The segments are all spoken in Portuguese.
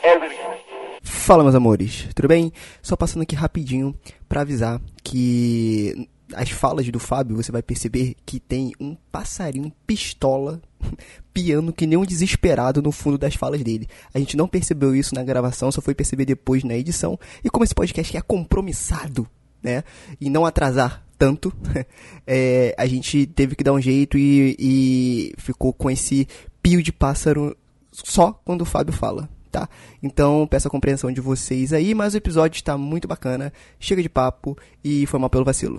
Fala, meus amores, tudo bem? Só passando aqui rapidinho pra avisar que as falas do Fábio, você vai perceber que tem um passarinho pistola piando que nem um desesperado no fundo das falas dele. A gente não percebeu isso na gravação, só foi perceber depois na edição. E como esse podcast é compromissado, né, e não atrasar tanto, a gente teve que dar um jeito e ficou com esse pio de pássaro só quando o Fábio fala. Tá? Então, peço a compreensão de vocês aí, mas o episódio está muito bacana, chega de papo e foi mal pelo vacilo.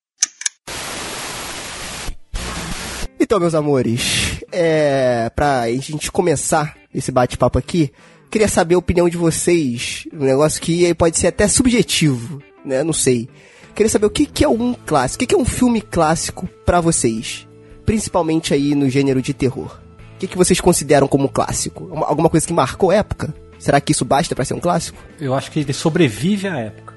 Então, meus amores, pra gente começar esse bate-papo aqui, queria saber a opinião de vocês, um negócio que pode ser até subjetivo, né? Não sei. Queria saber o que é um clássico, o que é um filme clássico pra vocês, principalmente aí no gênero de terror. O que vocês consideram como clássico? Alguma coisa que marcou a época? Será que isso basta pra ser um clássico? Eu acho que ele sobrevive à época.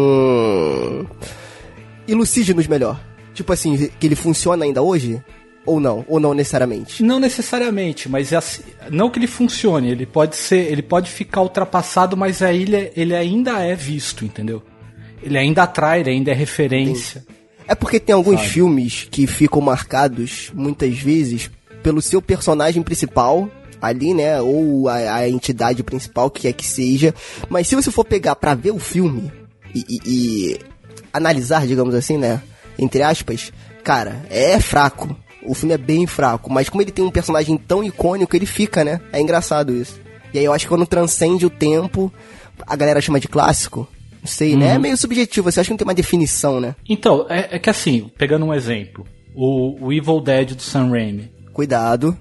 Elucide-nos melhor. Tipo assim, que ele funciona ainda hoje? Ou não? Ou não necessariamente? Não necessariamente, mas não que ele funcione. Ele pode ficar ultrapassado, mas aí ele ainda é visto, entendeu? Ele ainda atrai, ele ainda é referência. Entendi. É porque tem alguns filmes que ficam marcados, muitas vezes, pelo seu personagem principal ali, né, ou a entidade principal, que quer que seja, mas se você for pegar pra ver o filme e analisar, digamos assim, né, entre aspas, cara, é fraco, o filme é bem fraco, mas como ele tem um personagem tão icônico, ele fica, né, é engraçado isso. E aí eu acho que quando transcende o tempo, a galera chama de clássico, não sei, né, é meio subjetivo, você acha que não tem uma definição, né? Então, é que assim, pegando um exemplo, o Evil Dead do Sam Raimi, cuidado.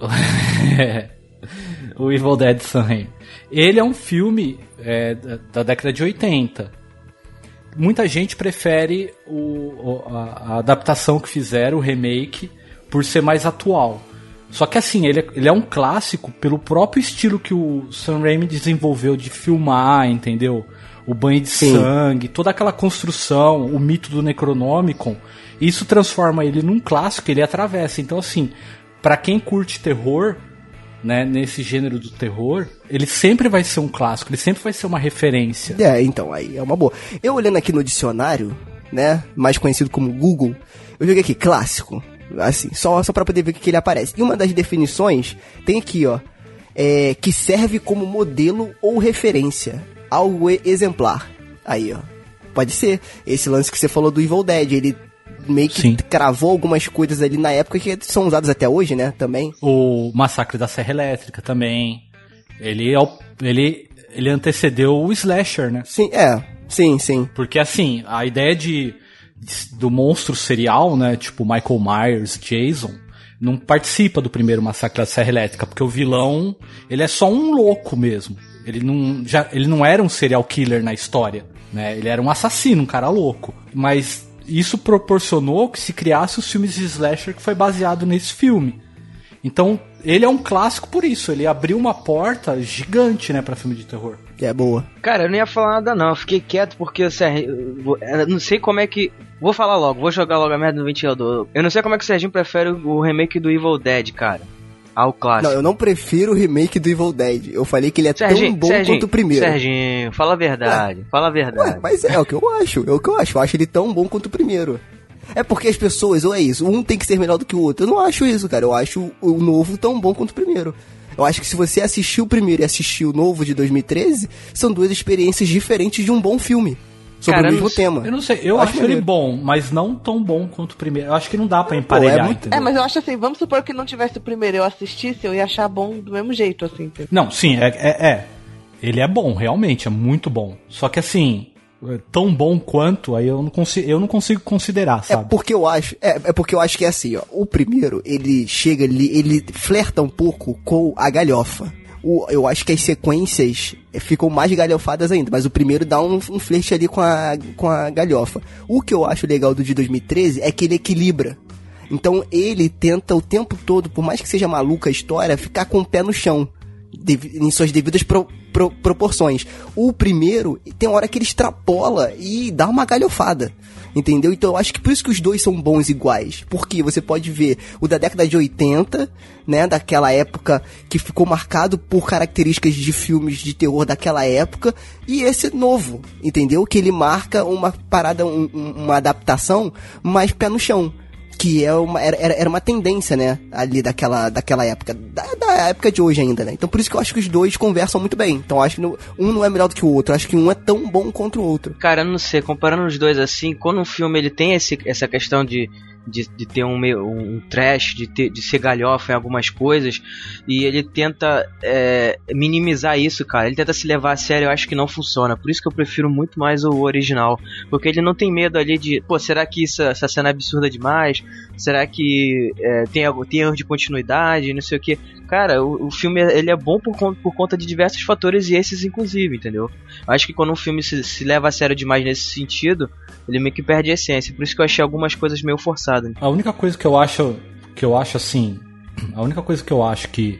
O Evil Dead do Sam Raimi. Ele é um filme da década de 80. Muita gente prefere a adaptação que fizeram, o remake, por ser mais atual. Só que assim, ele é um clássico pelo próprio estilo que o Sam Raimi desenvolveu de filmar, entendeu? O banho de sangue, toda aquela construção, o mito do Necronomicon. Isso transforma ele num clássico, ele atravessa. Então assim, pra quem curte terror, né, nesse gênero do terror, ele sempre vai ser um clássico, ele sempre vai ser uma referência. Então, aí é uma boa. Eu olhando aqui no dicionário, né, mais conhecido como Google, eu joguei aqui, clássico, assim, só pra poder ver o que ele aparece. E uma das definições tem aqui, ó, que serve como modelo ou referência, algo exemplar. Aí, ó, pode ser. Esse lance que você falou do Evil Dead, ele meio que cravou algumas coisas ali na época que são usadas até hoje, né, também. O Massacre da Serra Elétrica também. Ele antecedeu o slasher, né? Sim. Porque assim, a ideia do monstro serial, né, tipo Michael Myers, Jason, não participa do primeiro Massacre da Serra Elétrica, porque o vilão, ele é só um louco mesmo. Ele não era um serial killer na história, né? Ele era um assassino, um cara louco. Mas isso proporcionou que se criasse os filmes de slasher que foi baseado nesse filme. Então, ele é um clássico por isso. Ele abriu uma porta gigante, né, pra filme de terror. É boa. Cara, eu não ia falar nada não. Eu fiquei quieto porque eu não sei como é que... Vou falar logo, vou jogar logo a merda no ventilador. Eu não sei como é que o Serginho prefere o remake do Evil Dead, cara, ao clássico. Não, eu não prefiro o remake do Evil Dead. Eu falei que ele é tão bom quanto o primeiro. Serginho, fala a verdade. Fala a verdade. Mas é o que eu acho. Eu acho ele tão bom quanto o primeiro. É porque as pessoas, ou é isso, um tem que ser melhor do que o outro. Eu não acho isso, cara. Eu acho o novo tão bom quanto o primeiro. Eu acho que se você assistiu o primeiro e assistiu o novo de 2013, são duas experiências diferentes de um bom filme. Sobre o mesmo tema. Eu não sei, eu acho ele bom, mas não tão bom quanto o primeiro. Eu acho que não dá pra emparelhar, entendeu? Mas eu acho assim, vamos supor que não tivesse o primeiro, eu assistisse, eu ia achar bom do mesmo jeito, assim. Entendeu? Não, sim, ele é bom, realmente, é muito bom. Só que assim, tão bom quanto, aí eu não consigo considerar, sabe? Porque eu acho que é assim, ó. O primeiro, ele chega ali, ele flerta um pouco com a galhofa. Eu acho que as sequências ficam mais galhofadas ainda, mas o primeiro dá um flerte ali com a galhofa. O que eu acho legal do de 2013 é que ele equilibra. Então ele tenta o tempo todo, por mais que seja maluca a história, ficar com o pé no chão, em suas devidas proporções. O primeiro, tem hora que ele extrapola e dá uma galhofada. entendeu? Então eu acho que por isso que os dois são bons iguais, porque você pode ver o da década de 80, né, daquela época que ficou marcado por características de filmes de terror daquela época, e esse novo, entendeu? Que ele marca uma parada, uma adaptação mais pé no chão. Que era uma tendência, né, ali daquela época, da época de hoje ainda, né? Então por isso que eu acho que os dois conversam muito bem. Então eu acho que um não é melhor do que o outro, eu acho que um é tão bom quanto o outro. Cara, eu não sei, comparando os dois assim, quando um filme ele tem essa questão de ter um trash, de ser galhofa em algumas coisas, e ele tenta minimizar isso, cara. Ele tenta se levar a sério, eu acho que não funciona. Por isso que eu prefiro muito mais o original. Porque ele não tem medo ali de, pô, será que essa cena é absurda demais? Será que tem erro de continuidade? Não sei o que. Cara, o filme ele é bom por conta de diversos fatores, e esses inclusive, entendeu? Eu acho que quando um filme se leva a sério demais nesse sentido, ele meio que perde a essência. Por isso que eu achei algumas coisas meio forçadas. A única coisa que eu acho assim, a única coisa que eu acho que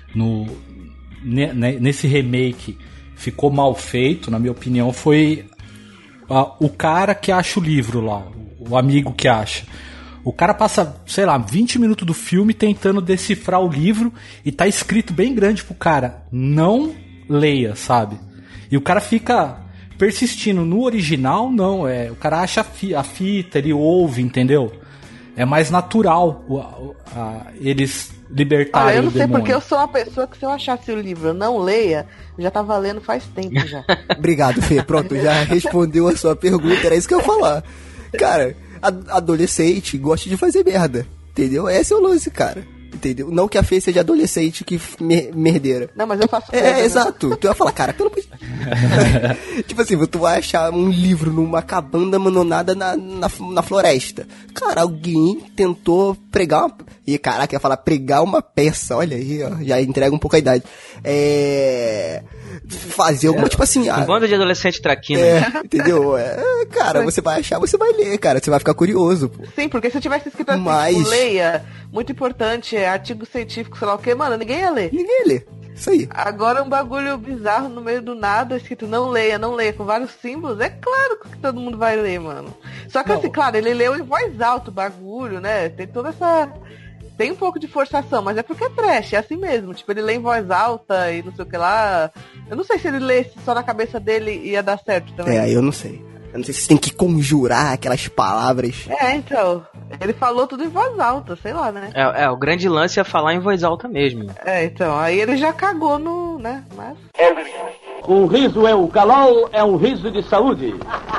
nesse remake ficou mal feito, na minha opinião, foi o cara que acha o livro lá, o amigo que acha. O cara passa, sei lá, 20 minutos do filme tentando decifrar o livro e tá escrito bem grande pro cara, não leia, sabe? E o cara fica persistindo. No original, não, o cara acha a fita, ele ouve, entendeu? É mais natural eles libertarem o demônio. Eu não sei porque eu sou uma pessoa que se eu achasse o livro eu não leia, já tá valendo faz tempo já. Obrigado, Fê. Pronto, já respondeu a sua pergunta, era isso que eu ia falar. Cara, adolescente gosta de fazer merda, entendeu? Esse é o lance, cara. Entendeu? Não que a Fê seja adolescente que merdeira. Não, mas eu faço merda, exato. Tu vai falar, cara, pelo amor de Deus. Tipo assim, tu vai achar um livro numa cabana abandonada na floresta. Cara, alguém tentou pregar uma... E caraca, ia falar pregar uma peça. Olha aí, ó, já entrega um pouco a idade. Fazer alguma, tipo assim... Um bando de adolescente traquina. Entendeu? Cara, você vai achar, você vai ler, cara. Você vai ficar curioso, pô. Sim, porque se eu tivesse escrito assim, tipo, leia, muito importante, artigo científico, sei lá o que, mano, ninguém ia ler. Ninguém ia ler. Isso aí. Agora um bagulho bizarro no meio do nada, escrito não leia, com vários símbolos, é claro que todo mundo vai ler, mano. Só que assim, claro, ele leu em voz alta o bagulho, né? Tem toda essa... Tem um pouco de forçação, mas é porque é trash, é assim mesmo. Tipo, ele lê em voz alta e não sei o que lá. Eu não sei se ele lesse só na cabeça dele ia dar certo também. Eu não sei. Eu não sei se você tem que conjurar aquelas palavras. Então. Ele falou tudo em voz alta, sei lá, né? O grande lance é falar em voz alta mesmo. Então. Aí ele já cagou no, né? Mas... O riso é o calol, é um riso de saúde.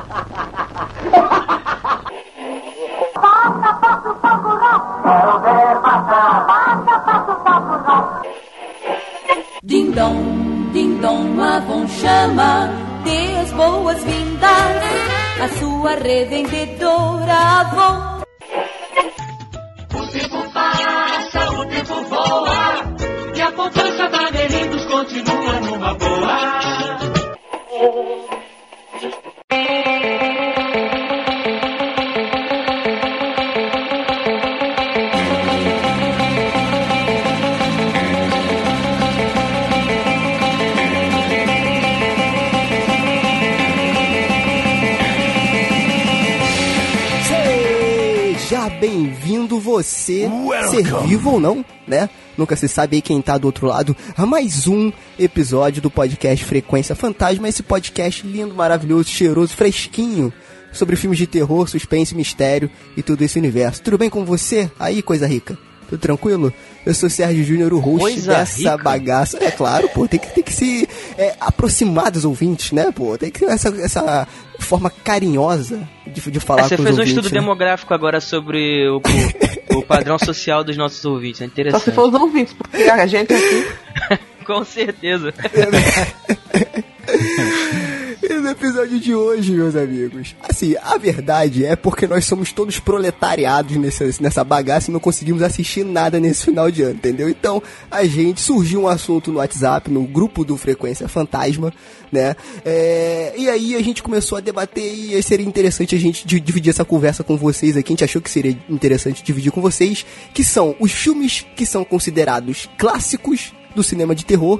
Ding dong, Avon chama, dê as boas-vindas à sua revendedora Avon. O tempo passa, o tempo voa, e a poupança da Merindos continua numa boa. Bem-vindo você, ser vivo ou não, né? Nunca se sabe aí quem tá do outro lado, a mais um episódio do podcast Frequência Fantasma, esse podcast lindo, maravilhoso, cheiroso, fresquinho, sobre filmes de terror, suspense, mistério e todo esse universo. Tudo bem com você aí, coisa rica? Tudo tranquilo? Eu sou o Sérgio Júnior, o host coisa dessa rica. Bagaça. É claro, pô, tem que se aproximar dos ouvintes, né, pô? Tem que ter essa forma carinhosa de falar com os ouvintes. Você fez um estudo né? demográfico agora sobre o padrão social dos nossos ouvintes, é interessante. Só se for os ouvintes, porque a gente aqui... Com certeza. E no episódio de hoje, meus amigos, assim, a verdade é porque nós somos todos proletariados nessa bagaça e não conseguimos assistir nada nesse final de ano, entendeu? Então, surgiu um assunto no WhatsApp, no grupo do Frequência Fantasma, né? E aí a gente começou a debater e seria interessante a gente dividir essa conversa com vocês aqui. A gente achou que seria interessante dividir com vocês, que são os filmes que são considerados clássicos do cinema de terror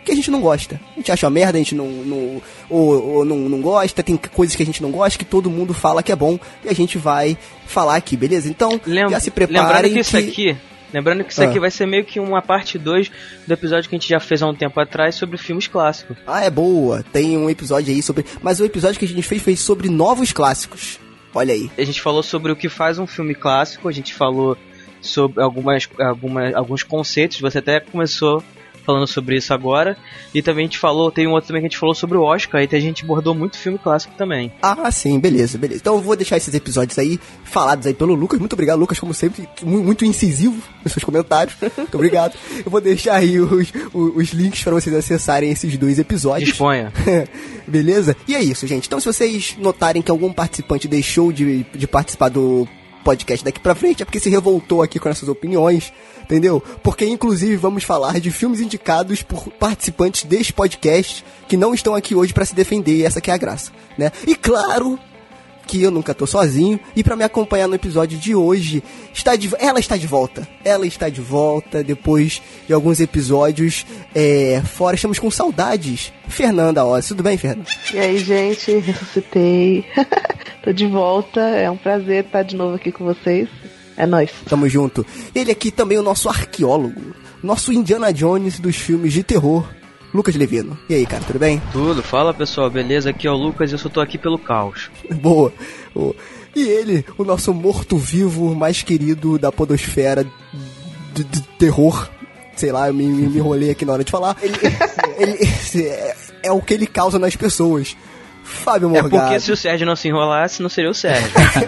que a gente não gosta. A gente acha uma merda, a gente não gosta, tem coisas que a gente não gosta, que todo mundo fala que é bom, e a gente vai falar aqui, beleza? Então, já se preparem. Lembrando que isso aqui vai ser meio que uma parte 2 do episódio que a gente já fez há um tempo atrás sobre filmes clássicos. Ah, é boa. Tem um episódio aí sobre... Mas o episódio que a gente fez foi sobre novos clássicos. Olha aí. A gente falou sobre o que faz um filme clássico, a gente falou sobre alguns conceitos, você até começou falando sobre isso agora, e também a gente falou, tem um outro também que a gente falou sobre o Oscar, aí a gente abordou muito filme clássico também. Ah, sim, beleza. Então eu vou deixar esses episódios aí, falados aí pelo Lucas, muito obrigado, Lucas, como sempre, muito incisivo nos seus comentários, muito obrigado. Eu vou deixar aí os links para vocês acessarem esses 2 episódios. Disponha. Beleza? E é isso, gente. Então se vocês notarem que algum participante deixou de participar do podcast daqui pra frente, é porque se revoltou aqui com essas opiniões, entendeu? Porque inclusive vamos falar de filmes indicados por participantes deste podcast que não estão aqui hoje pra se defender, e essa que é a graça, né? E claro que eu nunca tô sozinho, e pra me acompanhar no episódio de hoje, ela está de volta depois de alguns episódios fora. Estamos com saudades. Fernanda Oz, tudo bem, Fernanda? E aí, gente, ressuscitei. Tô de volta, é um prazer estar de novo aqui com vocês. É nóis. Tamo junto. Ele aqui também, o nosso arqueólogo, nosso Indiana Jones dos filmes de terror, Lucas Levino. E aí, cara, tudo bem? Tudo, fala pessoal, beleza? Aqui é o Lucas e eu só tô aqui pelo caos. Boa. E ele, o nosso morto-vivo mais querido da podosfera de terror. Sei lá, eu me enrolei aqui na hora de falar. Ele é o que ele causa nas pessoas. Fábio Morgado. É porque se o Sérgio não se enrolasse, não seria o Sérgio.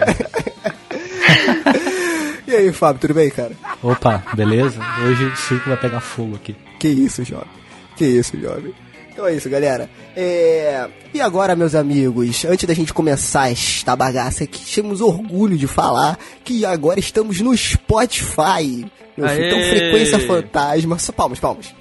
E aí, Fábio, tudo bem, cara? Opa, beleza? Hoje o circo vai pegar fogo aqui. Que isso, jovem. Então é isso, galera. E agora, meus amigos, antes da gente começar esta bagaça aqui, temos orgulho de falar que agora estamos no Spotify. Meu filho, então, Frequência Fantasma. Palmas.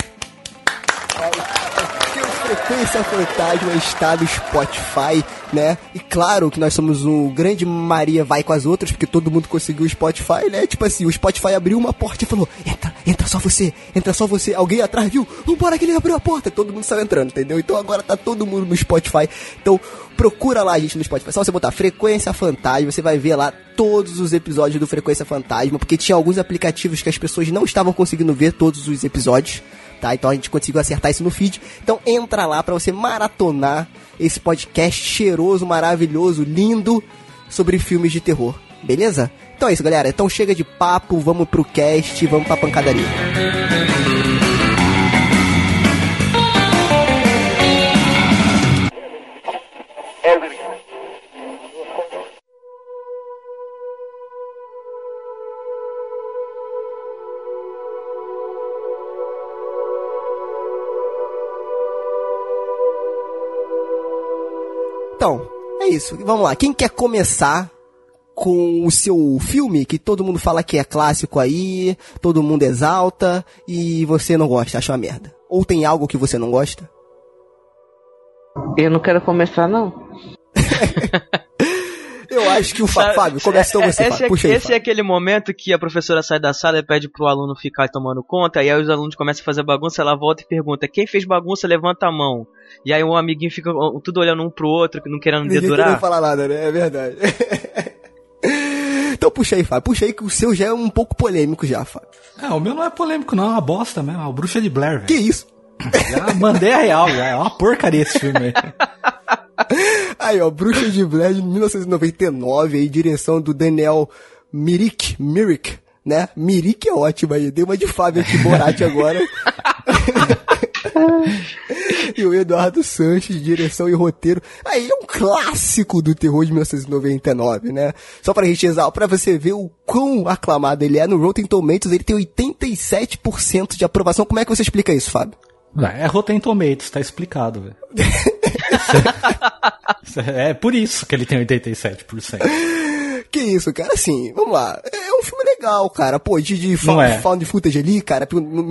Frequência Fantasma está no Spotify, né? E claro que nós somos o grande Maria vai com as outras, porque todo mundo conseguiu o Spotify, né? Tipo assim, o Spotify abriu uma porta e falou, entra só você. Alguém atrás viu, vambora que ele abriu a porta. Todo mundo saiu entrando, entendeu? Então agora tá todo mundo no Spotify. Então procura lá a gente no Spotify. Só você botar Frequência Fantasma, você vai ver lá todos os episódios do Frequência Fantasma, porque tinha alguns aplicativos que as pessoas não estavam conseguindo ver todos os episódios. Tá, então a gente conseguiu acertar isso no feed. Então entra lá pra você maratonar esse podcast cheiroso, maravilhoso, lindo sobre filmes de terror. Beleza? Então é isso, galera. Então chega de papo, vamos pro cast, vamos pra pancadaria. Então, é isso. Vamos lá. Quem quer começar com o seu filme que todo mundo fala que é clássico aí, todo mundo exalta e você não gosta, acha uma merda? Ou tem algo que você não gosta? Eu não quero começar, não. Eu acho que o Fábio, começa então você, Fábio. Puxa aí, esse é aquele momento que a professora sai da sala e pede pro aluno ficar tomando conta, e aí os alunos começam a fazer bagunça, ela volta e pergunta, quem fez bagunça, levanta a mão. E aí um amiguinho fica tudo olhando um pro outro, não querendo dedurar. Ninguém falar nada, né? É verdade. Então puxa aí, Fábio. Puxa aí que o seu já é um pouco polêmico já, Fábio. O meu não é polêmico não, é uma bosta mesmo, é o Bruxa de Blair, velho. Que isso? Já mandei a real, já. É uma porcaria esse filme aí. Aí, ó, Bruxa de Blair de 1999, aí, direção do Daniel Myrick, né? Myrick é ótimo aí, dei uma de Fábio aqui, Borat agora. E o Eduardo Sanches, direção e roteiro. Aí é um clássico do terror de 1999, né? Só pra gente exaltar, pra você ver o quão aclamado ele é no Rotten Tomatoes, ele tem 87% de aprovação. Como é que você explica isso, Fábio? É Rotten Tomatoes, tá explicado, velho. É por isso que ele tem 87%. Que isso, cara, assim, vamos lá. É um filme legal, cara. Pô, de found footage ali, cara,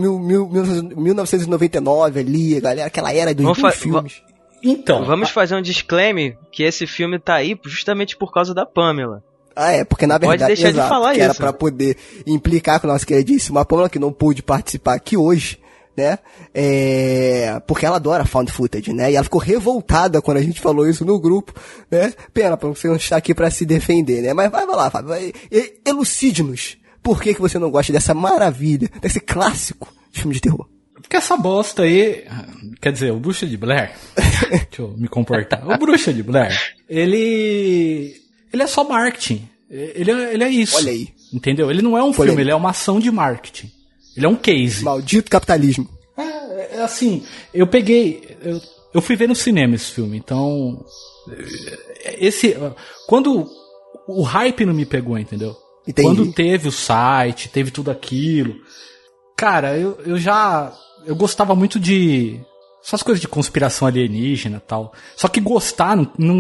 1999 ali, galera, aquela era dos filmes. Então, vamos fazer um disclaimer que esse filme tá aí justamente por causa da Pamela. Ah, é, porque na verdade, pode deixar de falar que isso. Era pra poder implicar com a nossa queridíssima Pamela, que não pôde participar aqui hoje, né? Porque ela adora found footage, né? E ela ficou revoltada quando a gente falou isso no grupo, né? Pena, você não está aqui pra se defender, né? Mas vai lá, Fábio, elucide-nos. Por que você não gosta dessa maravilha, desse clássico de filme de terror? Porque essa bosta aí, quer dizer, o Bruxa de Blair, deixa eu me comportar, o Bruxa de Blair, ele é só marketing, ele é isso. Olha aí. Entendeu? Ele não é um filme, ele é uma ação de marketing. Ele é um case. Maldito capitalismo. Assim, eu fui ver no cinema esse filme, então quando o hype não me pegou, entendeu? Entendi. Quando teve o site, teve tudo aquilo, cara, eu gostava muito de essas coisas de conspiração alienígena e tal. Só que gostar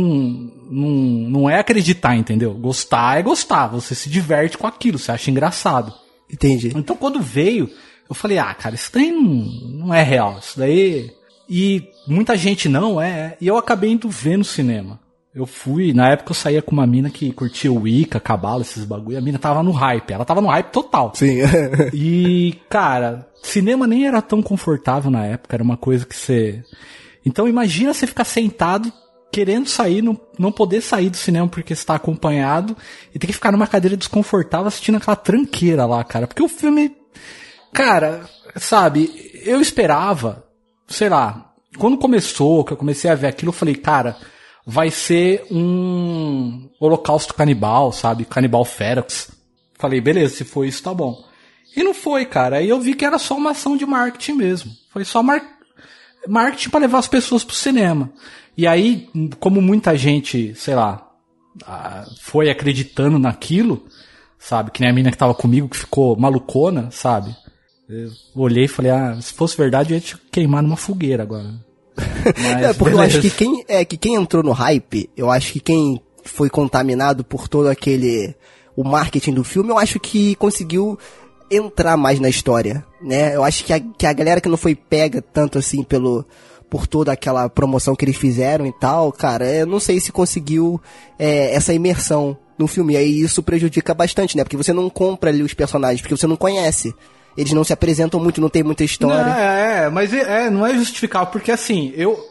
não é acreditar, entendeu? Gostar é gostar. Você se diverte com aquilo, você acha engraçado. Entendi. Então quando veio, eu falei, cara, isso daí não é real. Isso daí... E muita gente não é. E eu acabei indo ver no cinema. Eu fui, na época eu saía com uma mina que curtia o Wicca, Cabala, esses bagulho. A mina tava no hype, ela tava no hype total. Sim. E, cara, cinema nem era tão confortável na época, era uma coisa que você... Então imagina você ficar sentado, querendo sair, não poder sair do cinema porque você tá acompanhado, e ter que ficar numa cadeira desconfortável assistindo aquela tranqueira lá, cara. Porque o filme, cara, sabe, eu esperava, sei lá, quando começou, que eu comecei a ver aquilo, eu falei, cara... vai ser um holocausto canibal, sabe? Canibal Ferox. Falei, beleza, se for isso, tá bom. E não foi, cara. Aí eu vi que era só uma ação de marketing mesmo. Foi só marketing pra levar as pessoas pro cinema. E aí, como muita gente, sei lá, foi acreditando naquilo, sabe? Que nem a menina que tava comigo, que ficou malucona, sabe? Eu olhei e falei, se fosse verdade, eu ia te queimar numa fogueira agora. Mas, porque beleza. eu acho que quem entrou no hype, eu acho que quem foi contaminado por todo o marketing do filme, eu acho que conseguiu entrar mais na história, né? Eu acho que a galera que não foi pega tanto assim por toda aquela promoção que eles fizeram e tal, cara, eu não sei se conseguiu essa imersão no filme, e aí isso prejudica bastante, né? Porque você não compra ali os personagens, porque você não conhece. Eles não se apresentam muito, não tem muita história. Mas não é justificável, porque assim,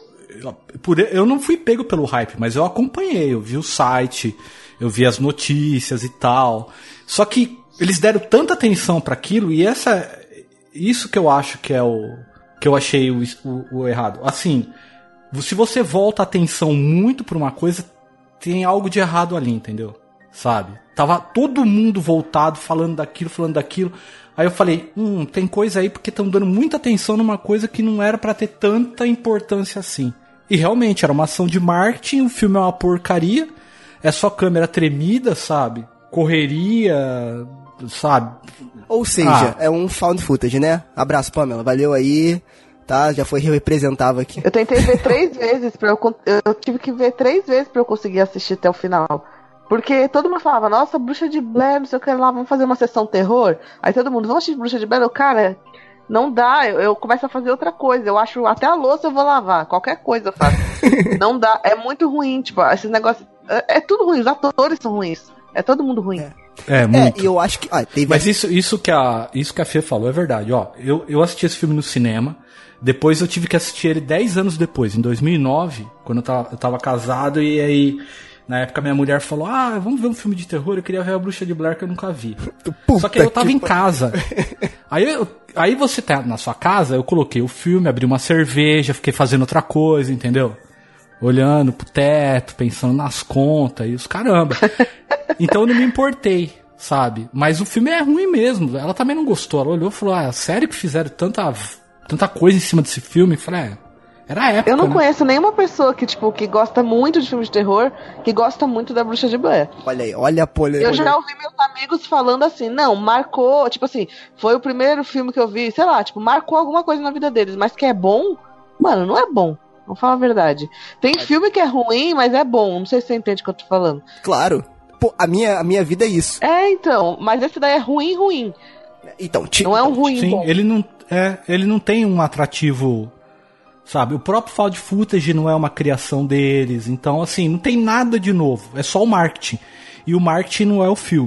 eu não fui pego pelo hype, mas eu acompanhei, eu vi o site, eu vi as notícias e tal. Só que eles deram tanta atenção pra aquilo, e isso que eu acho que é que eu achei o errado. Assim, se você volta a atenção muito pra uma coisa, tem algo de errado ali, entendeu? Sabe? Tava todo mundo voltado, falando daquilo. Aí eu falei, tem coisa aí porque estão dando muita atenção numa coisa que não era pra ter tanta importância assim. E realmente, era uma ação de marketing, o filme é uma porcaria, é só câmera tremida, sabe? Correria, sabe? Ou seja, é um found footage, né? Abraço, Pamela, valeu aí, tá? Já foi representável aqui. Eu tentei ver 3 vezes, eu tive que ver 3 vezes pra eu conseguir assistir até o final. Porque todo mundo falava, nossa, Bruxa de Blair, não sei o que lá, vamos fazer uma sessão terror. Aí todo mundo, vamos assistir Bruxa de Blair? Cara, não dá, eu começo a fazer outra coisa. Eu acho, até a louça eu vou lavar, qualquer coisa eu faço. Não dá, é muito ruim, tipo, esses negócios, é tudo ruim, os atores são ruins. É todo mundo ruim. Muito. E eu acho que... Mas isso que a Fê falou é verdade, ó. Eu assisti esse filme no cinema, depois eu tive que assistir ele 10 anos depois, em 2009, quando eu tava casado, e aí... Na época minha mulher falou, vamos ver um filme de terror, eu queria ver a Bruxa de Blair que eu nunca vi. Só que aí eu tava em casa. Aí você tá na sua casa, eu coloquei o filme, abri uma cerveja, fiquei fazendo outra coisa, entendeu? Olhando pro teto, pensando nas contas e os caramba. Então eu não me importei, sabe? Mas o filme é ruim mesmo, ela também não gostou. Ela olhou e falou, sério que fizeram tanta coisa em cima desse filme? Eu falei, era a época. Eu não conheço nenhuma pessoa que gosta muito de filme de terror, que gosta muito da Bruxa de Blair. Olha aí, olha a polêmica. Eu já ouvi meus amigos falando assim, não, marcou, tipo assim, foi o primeiro filme que eu vi, sei lá, tipo, marcou alguma coisa na vida deles, mas que é bom? Mano, não é bom. Vamos falar a verdade. Tem filme que é ruim, mas é bom. Não sei se você entende o que eu tô falando. Claro. Pô, a minha vida é isso. Então, mas esse daí é ruim. Então, não é um ruim sim, bom. Ele não tem um atrativo... Sabe, o próprio found footage não é uma criação deles, então assim, não tem nada de novo, é só o marketing. E o marketing não é o filme.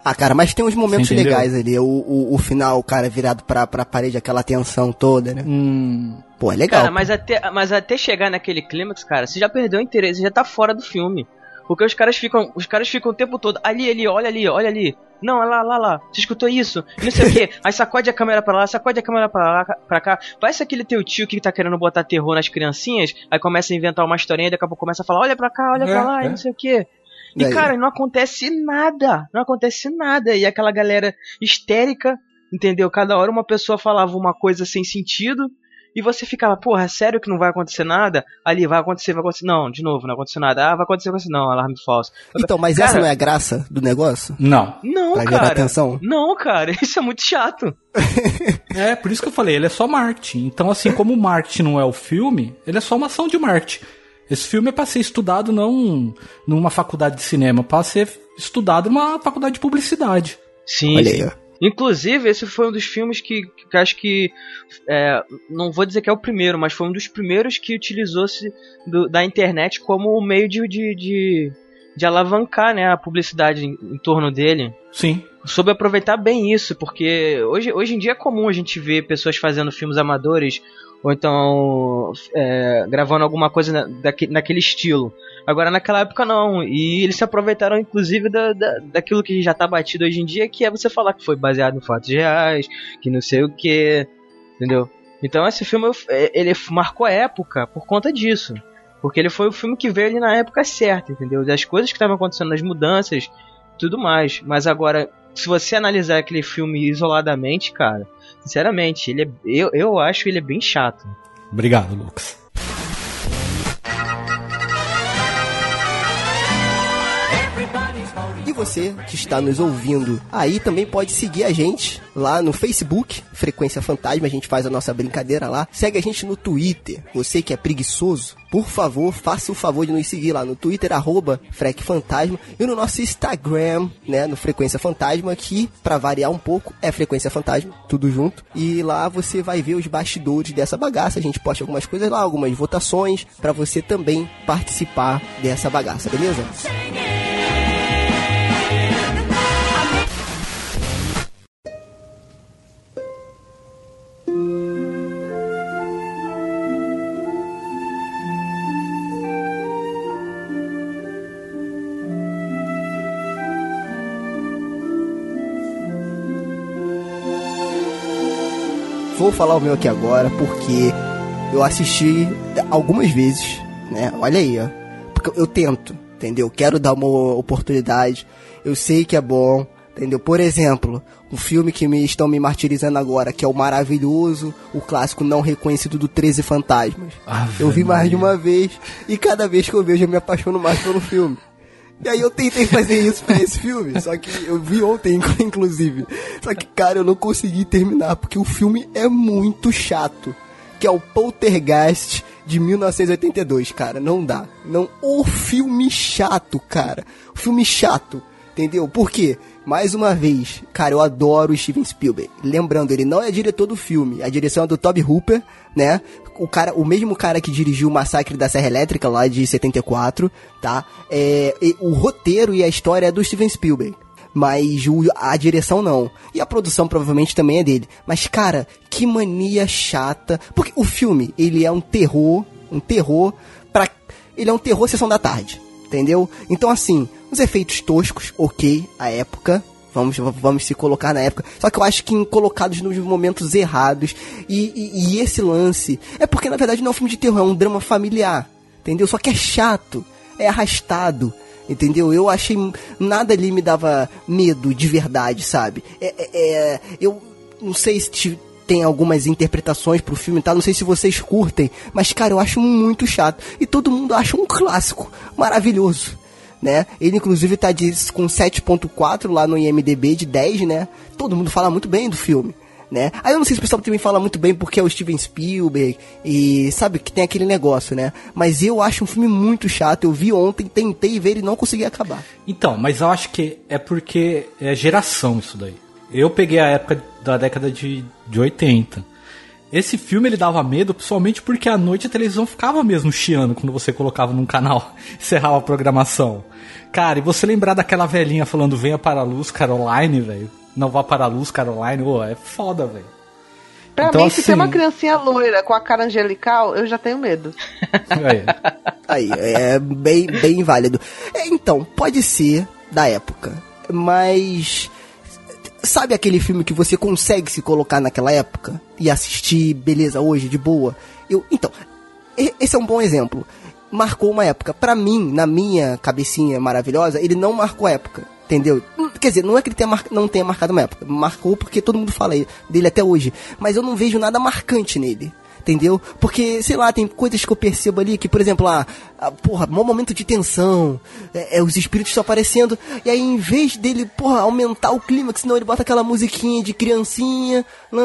Ah, cara, mas tem uns momentos Você entendeu? legais ali. O final, o cara virado pra parede, aquela tensão toda, né? Pô, é legal. Cara, mas até chegar naquele clímax, cara, você já perdeu o interesse, você já tá fora do filme. Porque os caras ficam o tempo todo, ali, olha ali. Não, lá. Você escutou isso? Não sei o quê. Aí sacode a câmera pra lá, sacode a câmera pra cá. Parece aquele teu tio que tá querendo botar terror nas criancinhas, aí começa a inventar uma historinha e daqui a pouco começa a falar, olha pra cá, olha pra lá, e não sei o quê. E Daí. cara, não acontece nada. E aquela galera histérica, entendeu? Cada hora uma pessoa falava uma coisa sem sentido. E você ficava, porra, sério que não vai acontecer nada? Ali, vai acontecer. Não, de novo, não aconteceu nada. Ah, vai acontecer. Não, alarme falso. Então, mas cara, essa não é a graça do negócio? Não. Não, Pra cara. gerar atenção? Não, cara, isso é muito chato. É, por isso que eu falei, ele é só marketing. Então, assim, como o marketing não é o filme, ele é só uma ação de marketing. Esse filme é pra ser estudado não numa faculdade de cinema, pra ser estudado numa faculdade de publicidade. Sim. Olha aí, ó. Inclusive, esse foi um dos filmes que acho que... não vou dizer que é o primeiro, mas foi um dos primeiros que utilizou-se da internet como meio de alavancar, né, a publicidade em torno dele. Sim. Soube aproveitar bem isso, porque hoje em dia é comum a gente ver pessoas fazendo filmes amadores ou então gravando alguma coisa naquele estilo. Agora, naquela época não, e eles se aproveitaram inclusive daquilo que já tá batido hoje em dia, que é você falar que foi baseado em fatos reais, que não sei o que, entendeu? Então esse filme, ele marcou a época por conta disso, porque ele foi o filme que veio ali na época certa, entendeu? Das coisas que estavam acontecendo, nas mudanças, tudo mais. Mas agora, se você analisar aquele filme isoladamente, cara, sinceramente, eu acho ele bem chato. Obrigado, Lucas. E você que está nos ouvindo aí também pode seguir a gente lá no Facebook, Frequência Fantasma, a gente faz a nossa brincadeira lá. Segue a gente no Twitter, você que é preguiçoso, por favor, faça o favor de nos seguir lá no Twitter, @FrecFantasma, e no nosso Instagram, né, no Frequência Fantasma, que, pra variar um pouco, é Frequência Fantasma, tudo junto. E lá você vai ver os bastidores dessa bagaça, a gente posta algumas coisas lá, algumas votações, pra você também participar dessa bagaça, beleza? Vou falar o meu aqui agora porque eu assisti algumas vezes, né? Olha aí, ó. Porque eu tento, entendeu? Quero dar uma oportunidade. Eu sei que é bom, entendeu? Por exemplo, um filme que estão me martirizando agora, que é o maravilhoso, o clássico não reconhecido do 13 Fantasmas. Eu vi mais de uma vez e cada vez que eu vejo eu me apaixono mais pelo filme. E aí eu tentei fazer isso pra esse filme, só que eu vi ontem, inclusive. Só que, cara, eu não consegui terminar, porque o filme é muito chato. Que é o Poltergeist de 1982, cara. Não dá. Não. O filme chato, cara. O filme chato. Entendeu? Por quê? Mais uma vez, cara, eu adoro o Steven Spielberg. Lembrando, ele não é diretor do filme. A direção é do Tobe Hooper, né? O mesmo cara que dirigiu o Massacre da Serra Elétrica, lá de 74, tá? O roteiro e a história é do Steven Spielberg. Mas a direção não. E a produção provavelmente também é dele. Mas, cara, que mania chata. Porque o filme, ele é um terror ele é um terror sessão da tarde. Entendeu? Então, assim, os efeitos toscos, ok, a época, vamos se colocar na época, só que eu acho que colocados nos momentos errados, e esse lance, é porque na verdade não é um filme de terror, é um drama familiar, entendeu? Só que é chato, é arrastado, entendeu? Eu achei, nada ali me dava medo de verdade, sabe? Eu não sei se tem algumas interpretações pro filme, tá? Não sei se vocês curtem, mas, cara, eu acho muito chato. E todo mundo acha um clássico maravilhoso, né? Ele, inclusive, tá com 7.4 lá no IMDB de 10, né? Todo mundo fala muito bem do filme, né? Aí eu não sei se o pessoal também fala muito bem porque é o Steven Spielberg e, sabe, que tem aquele negócio, né? Mas eu acho um filme muito chato. Eu vi ontem, tentei ver e não consegui acabar. Então, mas eu acho que é porque é geração isso daí. Eu peguei a época da década de 80. esse filme ele dava medo, principalmente porque à noite a televisão ficava mesmo chiando quando você colocava num canal, encerrava a programação. Cara, e você lembrar daquela velhinha falando venha para a luz, Caroline, velho. Não vá para a luz, Caroline, é foda, velho. Pra então, mim, assim, se tem uma criancinha loira com a cara angelical, eu já tenho medo. Aí, é bem válido. Então, pode ser da época, mas... Sabe aquele filme que você consegue se colocar naquela época e assistir, beleza, hoje, de boa? Então, esse é um bom exemplo. Marcou uma época. Pra mim, na minha cabecinha maravilhosa, ele não marcou a época, entendeu? Quer dizer, não é que ele não tenha marcado uma época. Marcou porque todo mundo fala dele até hoje. Mas eu não vejo nada marcante nele. Entendeu? Porque, sei lá, tem coisas que eu percebo ali que, por exemplo, maior momento de tensão, os espíritos estão aparecendo, e aí em vez dele, aumentar o clímax, senão ele bota aquela musiquinha de criancinha,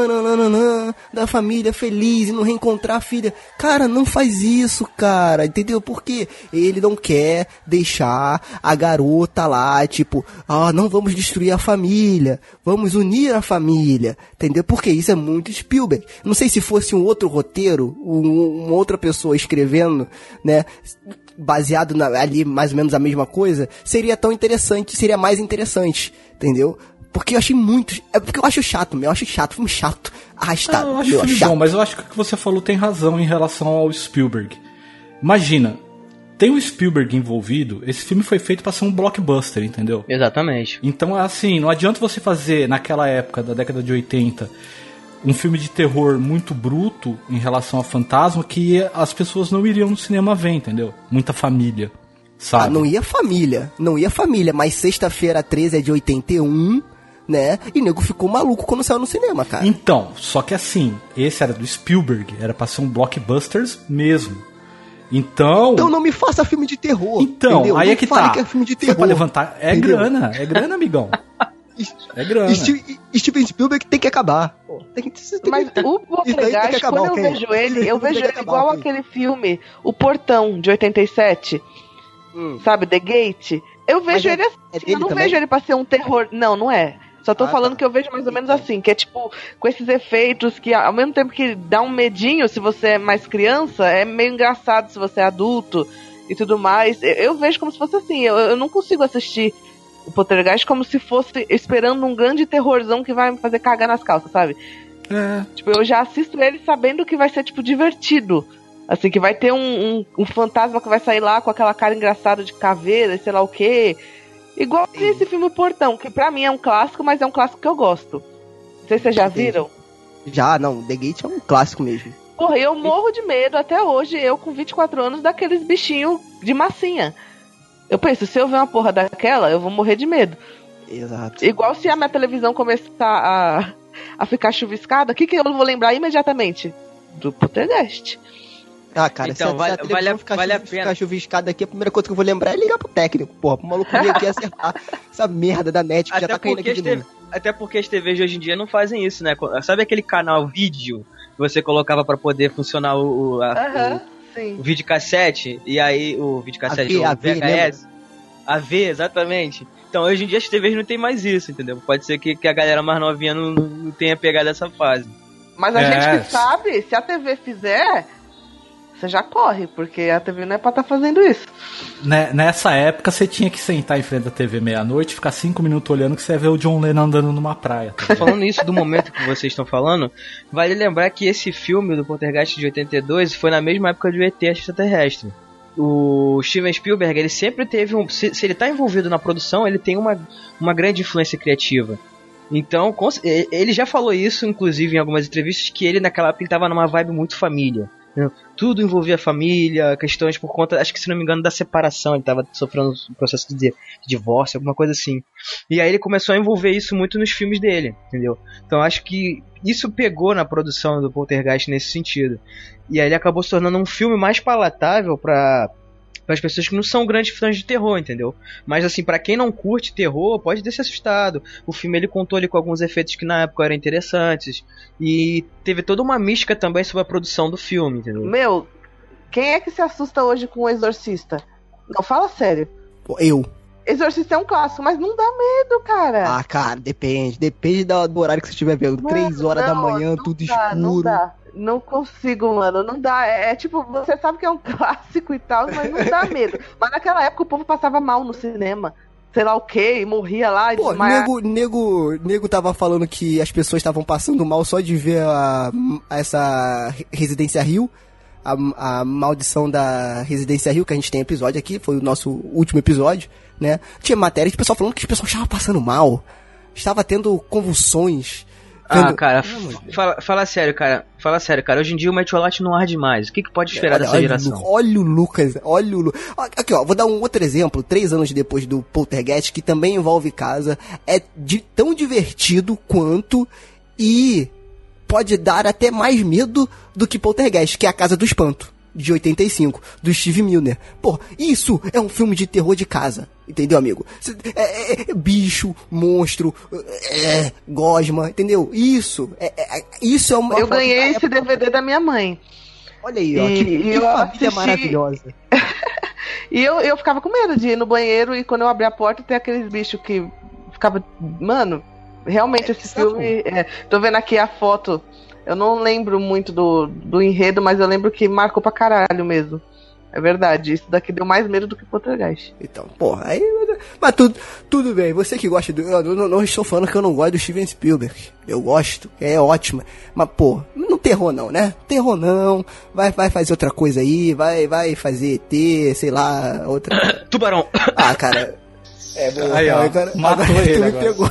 da família feliz e não reencontrar a filha. Cara, não faz isso, cara, entendeu? Porque ele não quer deixar a garota lá, tipo, não vamos destruir a família, vamos unir a família, entendeu? Porque isso é muito Spielberg. Não sei se fosse um outro roteiro, uma outra pessoa escrevendo, né, baseado ali mais ou menos a mesma coisa, seria tão interessante, seria mais interessante, entendeu? Porque eu achei muito... É porque eu acho chato, filme chato, arrastado. Eu acho filme bom, mas eu acho que o que você falou tem razão em relação ao Spielberg. Imagina, tem o Spielberg envolvido, esse filme foi feito pra ser um blockbuster, entendeu? Exatamente. Então, assim, não adianta você fazer, naquela época, da década de 80... um filme de terror muito bruto em relação a fantasma que as pessoas não iriam no cinema ver, entendeu? Muita família, sabe? Não ia família, mas Sexta-feira 13 é de 81, né? E nego ficou maluco quando saiu no cinema, cara. Então, só que assim, esse era do Spielberg, era pra ser um blockbusters mesmo. Então não me faça filme de terror. Então, entendeu? aí não é que fale tá. Que é filme de terror. Você pode levantar, é grana, amigão. É grana. Steven Spielberg tem que acabar. Mas o Poltergeist, quando eu vejo ele, igual aquele filme, O Portão, de 87. Sabe, The Gate. Eu vejo ele assim, eu não vejo ele pra ser um terror. Não é. Só tô falando que eu vejo mais ou menos assim, que é tipo, com esses efeitos que ao mesmo tempo que dá um medinho se você é mais criança, é meio engraçado se você é adulto e tudo mais. Eu vejo como se fosse assim, eu não consigo assistir o Poltergeist como se fosse esperando um grande terrorzão que vai me fazer cagar nas calças, sabe? Tipo, eu já assisto ele sabendo que vai ser, tipo, divertido. Assim, que vai ter um fantasma que vai sair lá com aquela cara engraçada de caveira, sei lá o quê. Igual esse filme O Portão, que pra mim é um clássico, mas é um clássico que eu gosto. Não sei se vocês já viram. Já, não. The Gate é um clássico mesmo. Porra, eu morro de medo até hoje, eu com 24 anos, daqueles bichinhos de massinha. Eu penso, se eu ver uma porra daquela, eu vou morrer de medo. Exato. Igual se a minha televisão começar a ficar chuviscada, o que eu vou lembrar imediatamente? Do Poltergeist. Cara, então, se a televisão ficar chuviscada aqui, a primeira coisa que eu vou lembrar é ligar pro técnico, porra, pro maluco vir aqui acertar essa merda da net que já tá caindo aqui de novo. Até porque as TVs de hoje em dia não fazem isso, né? Sabe aquele canal vídeo que você colocava pra poder funcionar o videocassete? E aí o videocassete, o VHS? AV, exatamente. Então, hoje em dia as TVs não tem mais isso, entendeu? Pode ser que a galera mais novinha não tenha pegado essa fase. Mas a gente que sabe, se a TV fizer, você já corre, porque a TV não é pra estar fazendo isso. Nessa época, você tinha que sentar em frente da TV meia-noite, ficar 5 minutos olhando que você ia ver o John Lennon andando numa praia. Tá? Falando isso do momento que vocês estão falando, vale lembrar que esse filme do Poltergeist de 82 foi na mesma época do ET Extraterrestre. O Steven Spielberg, ele sempre teve se ele tá envolvido na produção, ele tem uma grande influência criativa. Então, ele já falou isso, inclusive, em algumas entrevistas, que ele naquela época ele tava numa vibe muito família. Tudo envolvia a família, questões por conta, acho que se não me engano, da separação. Ele tava sofrendo um processo de divórcio, alguma coisa assim. E aí ele começou a envolver isso muito nos filmes dele, entendeu? Então acho que isso pegou na produção do Poltergeist nesse sentido. E aí ele acabou se tornando um filme mais palatável para as pessoas que não são grandes fãs de terror, entendeu? Mas assim, pra quem não curte terror, pode ter se assustado. O filme ele contou ali com alguns efeitos que na época eram interessantes. E teve toda uma mística também sobre a produção do filme, entendeu? Meu, quem é que se assusta hoje com o Exorcista? Não, fala sério. Eu. Exorcista é um clássico, mas não dá medo, cara. Cara, depende do horário que você estiver vendo. 3 horas da manhã, tudo escuro. Não dá. Não consigo, mano. Não dá. É tipo, você sabe que é um clássico e tal, mas não dá medo. Mas naquela época o povo passava mal no cinema. Sei lá o que, e morria lá. Pô, nego tava falando que as pessoas estavam passando mal só de ver essa Residência Rio. A maldição da Residência Rio, que a gente tem episódio aqui, foi o nosso último episódio, né? Tinha matéria de pessoal falando que os pessoal estavam passando mal. Estava tendo convulsões. Cara, fala sério, cara. Fala sério, cara. Hoje em dia o Metiolate não arde mais. O que pode esperar dessa geração? Olha o Lucas. Aqui, ó, vou dar um outro exemplo. 3 anos depois do Poltergeist, que também envolve casa. É tão divertido quanto e pode dar até mais medo do que Poltergeist, que é A Casa do Espanto, de 85, do Steve Miller. Pô, isso é um filme de terror de casa. Entendeu, amigo? Bicho, monstro, gosma, entendeu? Isso é uma... Eu ganhei esse DVD da minha mãe. Olha aí, ó, que família maravilhosa. E eu ficava com medo de ir no banheiro e quando eu abri a porta tem aqueles bichos que ficava... Mano, realmente esse filme... tô vendo aqui a foto. Eu não lembro muito do enredo, mas eu lembro que marcou pra caralho mesmo. É verdade, isso daqui deu mais medo do que Poltergeist. Então, porra, aí... Mas tudo bem, você que gosta do... Eu não estou falando que eu não gosto do Steven Spielberg. Eu gosto, é ótimo. Mas, pô, não terror não, né? Terror não, vai fazer outra coisa aí, vai fazer ET, sei lá, outra... Tubarão! Ah, cara... Aí, ó, cara, matou agora ele tu me agora. pegou.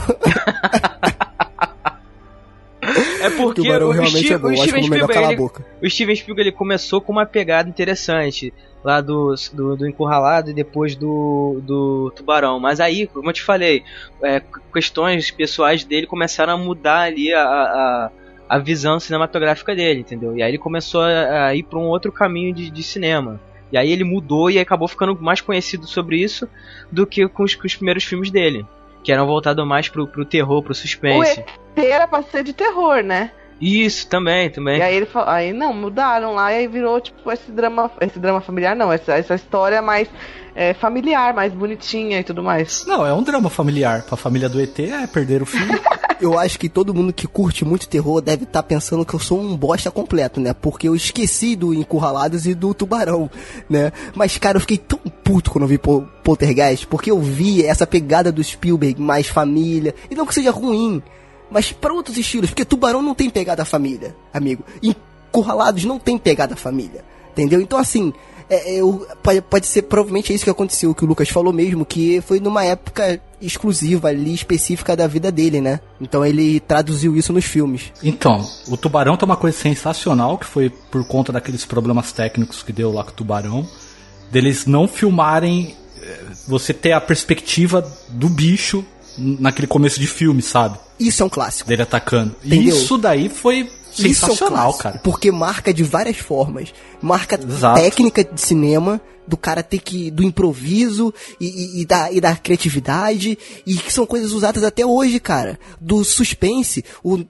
É porque o Steven Spielberg ele começou com uma pegada interessante lá do Encurralado e depois do Tubarão. Mas aí, como eu te falei, questões pessoais dele começaram a mudar ali a visão cinematográfica dele, entendeu? E aí ele começou a ir para um outro caminho de cinema. E aí ele mudou e acabou ficando mais conhecido sobre isso do que com os primeiros filmes dele, que eram voltados mais pro terror, pro suspense. O ET era pra ser de terror, né? Isso, também. E aí ele falou, aí não, mudaram lá e aí virou tipo esse drama familiar, não, essa história mais familiar, mais bonitinha e tudo mais. Não, é um drama familiar. Pra família do ET perder o filho. Eu acho que todo mundo que curte muito terror deve estar pensando que eu sou um bosta completo, né? Porque eu esqueci do Encurralados e do Tubarão, né? Mas, cara, eu fiquei tão puto quando eu vi Poltergeist, porque eu vi essa pegada do Spielberg mais família, e não que seja ruim, mas para outros estilos, porque Tubarão não tem pegada família, amigo. Encurralados não tem pegada família, entendeu? Então, assim... pode ser, provavelmente é isso que aconteceu, o que o Lucas falou mesmo, que foi numa época exclusiva ali, específica da vida dele, né? Então ele traduziu isso nos filmes. Então, o Tubarão tem uma coisa sensacional, que foi por conta daqueles problemas técnicos que deu lá com o Tubarão, deles não filmarem, você ter a perspectiva do bicho naquele começo de filme, sabe? Isso é um clássico. Dele atacando. Entendeu? Isso daí foi... sensacional, isso é um cara. Porque marca de várias formas. Marca Exato. técnica de cinema, do cara ter que... do improviso e da criatividade, e que são coisas usadas até hoje, cara. Do suspense.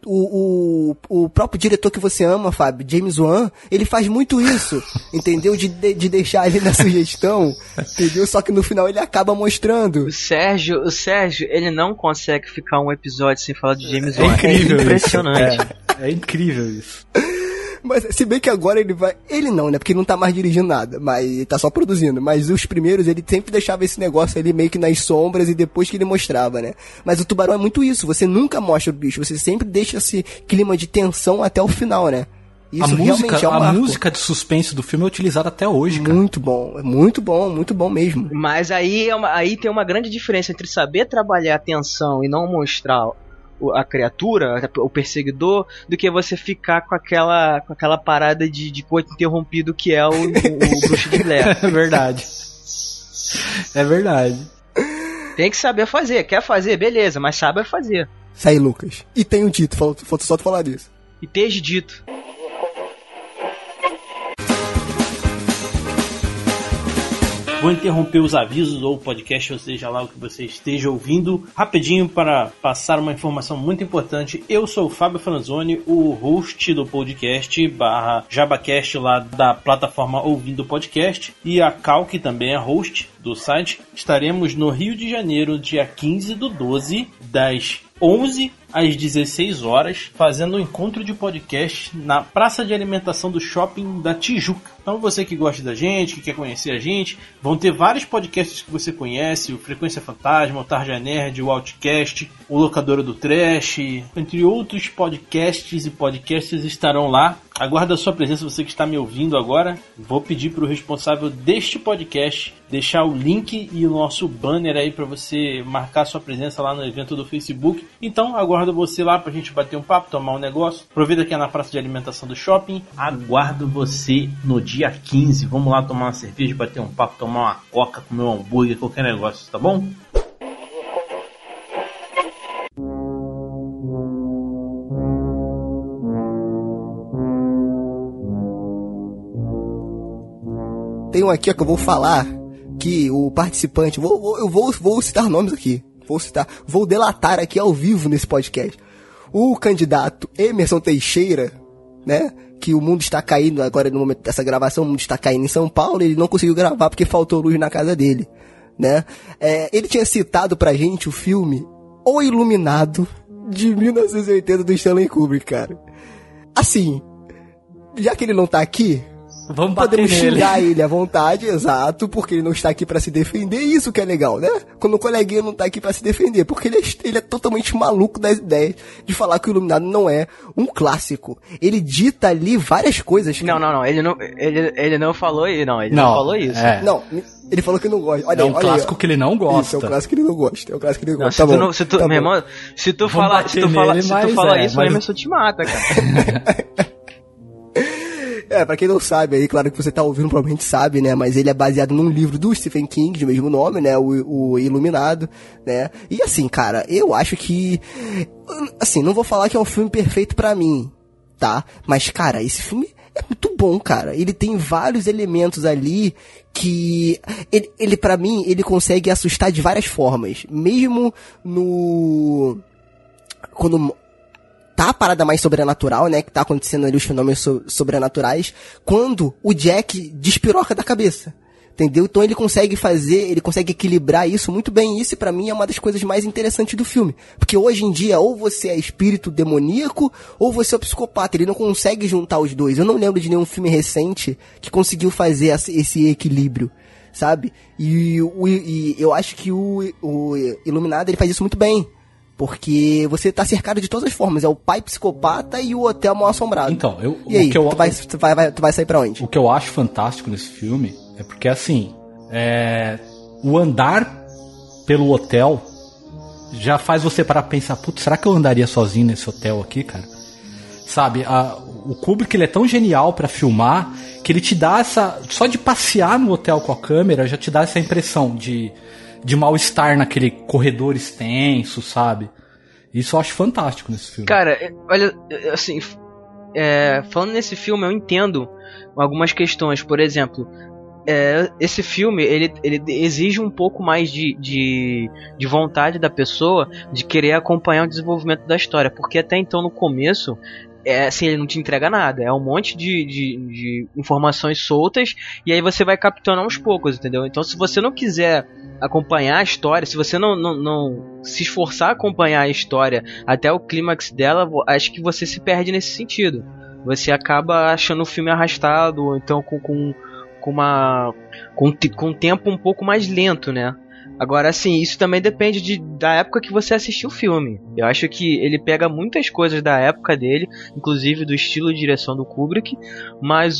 O próprio diretor que você ama, Fábio, James Wan, ele faz muito isso, entendeu? De deixar ali na sugestão, entendeu? Só que no final ele acaba mostrando. O Sérgio, ele não consegue ficar um episódio sem falar de James Wan. É incrível. Impressionante. É incrível isso. Mas se bem que agora ele vai... Ele não, né? Porque ele não tá mais dirigindo nada, mas ele tá só produzindo. Mas os primeiros, ele sempre deixava esse negócio ali meio que nas sombras e depois que ele mostrava, né? Mas o Tubarão é muito isso. Você nunca mostra o bicho. Você sempre deixa esse clima de tensão até o final, né? Isso a música de suspense do filme é utilizada até hoje, cara. Muito bom mesmo. Mas aí tem uma grande diferença entre saber trabalhar a tensão e não mostrar a criatura, o perseguidor, do que você ficar com aquela parada de coito interrompido que é o Bruxo de Blair. É verdade. É verdade. Tem que saber fazer. Quer fazer? Beleza, mas sabe fazer. Isso aí, Lucas. E tem um dito, falta só tu falar disso. E teja dito. Vou interromper os avisos ou o podcast, ou seja lá o que você esteja ouvindo, rapidinho para passar uma informação muito importante. Eu sou o Fábio Franzoni, o host do podcast /JabaCast lá da plataforma Ouvindo Podcast, e a Cal, que também é host do site. Estaremos no Rio de Janeiro, dia 15/12, das 11 às 16 horas, fazendo um encontro de podcast na praça de alimentação do shopping da Tijuca. Então você que gosta da gente, que quer conhecer a gente, vão ter vários podcasts que você conhece, o Frequência Fantasma, o Tarja Nerd, o Outcast, o Locadora do Trash, entre outros podcasts e podcasters estarão lá. Aguardo a sua presença, você que está me ouvindo agora. Vou pedir para o responsável deste podcast deixar o link e o nosso banner aí para você marcar sua presença lá no evento do Facebook. Então, aguardo você lá pra gente bater um papo, tomar um negócio. Aproveita que é na praça de alimentação do shopping. Aguardo você no dia 15. Vamos lá tomar uma cerveja, bater um papo, tomar uma coca, comer um hambúrguer, qualquer negócio, tá bom? Tem um aqui ó, que eu vou falar que o participante... Eu vou citar nomes aqui. Vou delatar aqui ao vivo nesse podcast. O candidato Emerson Teixeira, né? Que o mundo está caindo agora no momento dessa gravação, o mundo está caindo em São Paulo, ele não conseguiu gravar porque faltou luz na casa dele, né? Ele tinha citado pra gente o filme O Iluminado, de 1980, do Stanley Kubrick, cara. Assim, já que ele não tá aqui... Vamos bater podemos nele. xingar ele à vontade, exato, porque ele não está aqui pra se defender, e isso que é legal, né? Quando o coleguinha não tá aqui pra se defender, porque ele é totalmente maluco das ideias de falar que o Iluminado não é um clássico. Ele dita ali várias coisas. Que... Não, ele não falou isso, não falou isso. Não, ele falou que não gosta. Olha é aí, um olha clássico aí, que ele não gosta. Isso, é um clássico que ele não gosta. É um clássico que ele não Não, gosta. meu irmão, se tu fala isso, o Emerson te mata, cara. Pra quem não sabe aí, claro que você tá ouvindo, provavelmente sabe, né, mas ele é baseado num livro do Stephen King, de mesmo nome, né, o Iluminado, né, e assim, cara, eu acho que, assim, não vou falar que é um filme perfeito pra mim, tá, mas, cara, esse filme é muito bom, cara, ele tem vários elementos ali que, ele pra mim, ele consegue assustar de várias formas, mesmo quando tá a parada mais sobrenatural, né, que tá acontecendo ali os fenômenos sobrenaturais, quando o Jack despiroca da cabeça, entendeu? Então ele consegue equilibrar isso muito bem, isso pra mim é uma das coisas mais interessantes do filme, porque hoje em dia ou você é espírito demoníaco ou você é psicopata, ele não consegue juntar os dois. Eu não lembro de nenhum filme recente que conseguiu fazer esse equilíbrio, sabe? E eu acho que o Iluminado, ele faz isso muito bem. Porque você tá cercado de todas as formas. É o pai psicopata e o hotel mal assombrado. Então, e aí, tu vai sair pra onde? O que eu acho fantástico nesse filme é porque, assim, o andar pelo hotel já faz você parar pra pensar, putz, será que eu andaria sozinho nesse hotel aqui, cara? Sabe, o Kubrick, ele é tão genial pra filmar que ele te dá essa... Só de passear no hotel com a câmera já te dá essa impressão de mal-estar naquele corredor extenso, sabe? Isso eu acho fantástico nesse filme. Cara, olha, assim, falando nesse filme, eu entendo algumas questões. Por exemplo, esse filme, ele exige um pouco mais de vontade da pessoa de querer acompanhar o desenvolvimento da história. Porque até então, no começo... assim, ele não te entrega nada, é um monte de informações soltas, e aí você vai captando aos poucos, entendeu? Então, se você não quiser acompanhar a história, se você não se esforçar a acompanhar a história até o clímax dela, acho que você se perde nesse sentido. Você acaba achando o filme arrastado, ou então com um tempo um pouco mais lento, né? Agora, assim, isso também depende da época que você assistiu o filme. Eu acho que ele pega muitas coisas da época dele, inclusive do estilo de direção do Kubrick, mas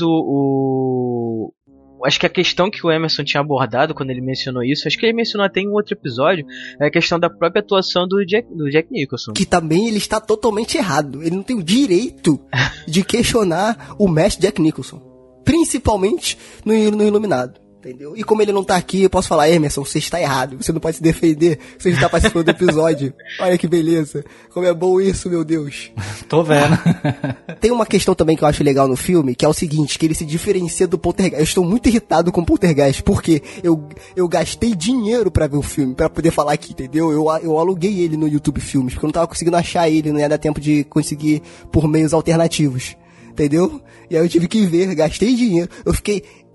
acho que a questão que o Emerson tinha abordado quando ele mencionou isso, acho que ele mencionou até em um outro episódio, é a questão da própria atuação do Jack Nicholson. Que também ele está totalmente errado. Ele não tem o direito de questionar o mestre Jack Nicholson. Principalmente no Iluminado. Entendeu? E como ele não tá aqui, eu posso falar, Emerson, você está errado, você não pode se defender, você está participando do episódio. Olha que beleza, como é bom isso, meu Deus. Tô vendo. Tem uma questão também que eu acho legal no filme, que é o seguinte, que ele se diferencia do Poltergeist. Eu estou muito irritado com o Poltergeist, porque eu gastei dinheiro pra ver o filme, pra poder falar aqui, entendeu? Eu aluguei ele no YouTube Filmes, porque eu não tava conseguindo achar ele, não ia dar tempo de conseguir por meios alternativos, entendeu? E aí eu tive que ver, gastei dinheiro, eu fiquei...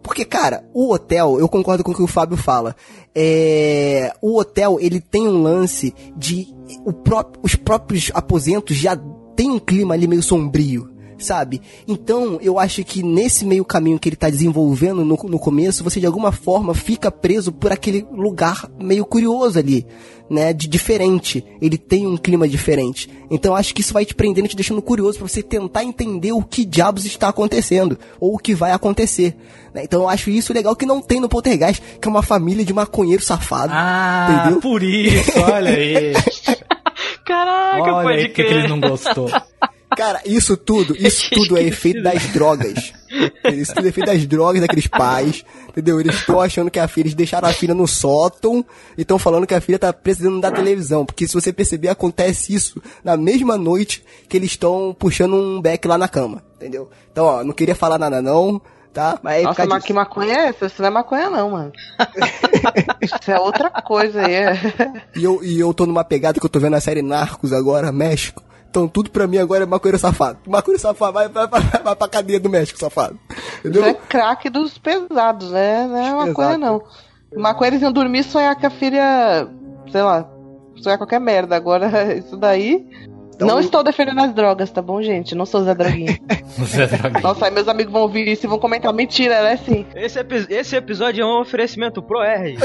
Porque, cara, o hotel, eu concordo com o que o Fábio fala. O hotel, ele tem um lance de... os próprios aposentos já tem um clima ali meio sombrio, sabe? Então, eu acho que nesse meio caminho que ele tá desenvolvendo no começo, você de alguma forma fica preso por aquele lugar meio curioso ali, né? De diferente. Ele tem um clima diferente. Então, eu acho que isso vai te prendendo, te deixando curioso pra você tentar entender o que diabos está acontecendo, ou o que vai acontecer, né? Então, eu acho isso legal que não tem no Poltergeist, que é uma família de maconheiro safado. Ah, entendeu? Por isso, olha aí. Caraca, olha pode aí crer. Que ele não gostou. Cara, isso tudo é efeito das drogas. Isso tudo é efeito das drogas daqueles pais, entendeu? Eles estão achando que eles deixaram a filha no sótão e estão falando que a filha tá precisando da televisão. Porque se você perceber, acontece isso na mesma noite que eles estão puxando um beck lá na cama, entendeu? Então, ó, não queria falar nada não, tá? Mas nossa, mas que maconha é essa? Isso não é maconha não, mano. Isso é outra coisa aí. E eu tô numa pegada que eu tô vendo a série Narcos agora, México. Então tudo pra mim agora é maconheiro safado. Maconheiro safado, vai pra cadeia do México, safado. Entendeu? Isso é craque dos pesados, né? Não é maconha, exato. Não. Maconha eles iam dormir e sonhar que a filha, sei lá, sonhar qualquer merda. Agora, isso daí... Então... Não estou defendendo as drogas, tá bom, gente? Não sou Zé Droguinha. Nossa, aí meus amigos vão ouvir isso e vão comentar mentira, né? Sim. Esse episódio é um oferecimento pro R.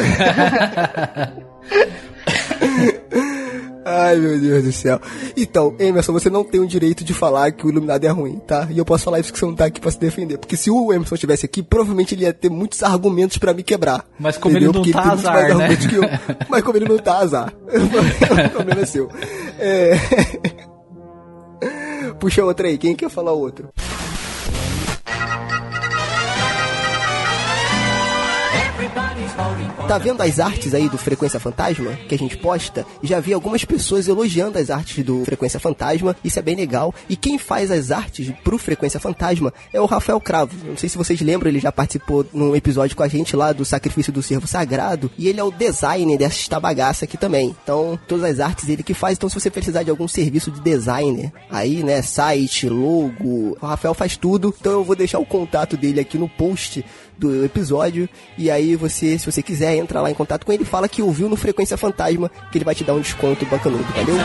Ai, meu Deus do céu. Então, Emerson, você não tem o direito de falar que o Iluminado é ruim, tá? E eu posso falar isso que você não tá aqui pra se defender. Porque se o Emerson estivesse aqui, provavelmente ele ia ter muitos argumentos pra me quebrar. Mas como entendeu? Ele não tá azar, né? Mas como ele não tá azar. O problema é seu. Puxa outra aí. Quem quer falar outro? Tá vendo as artes aí do Frequência Fantasma que a gente posta? Já vi algumas pessoas elogiando as artes do Frequência Fantasma, isso é bem legal. E quem faz as artes pro Frequência Fantasma é o Rafael Cravo. Não sei se vocês lembram, ele já participou num episódio com a gente lá do Sacrifício do Servo Sagrado, e ele é o designer desta bagaça aqui também. Então, todas as artes ele que faz. Então, se você precisar de algum serviço de designer aí, né, site, logo, o Rafael faz tudo. Então, eu vou deixar o contato dele aqui no post do episódio, e aí você, se você quiser, entra lá em contato com ele e fala que ouviu no Frequência Fantasma, que ele vai te dar um desconto bacanudo, valeu?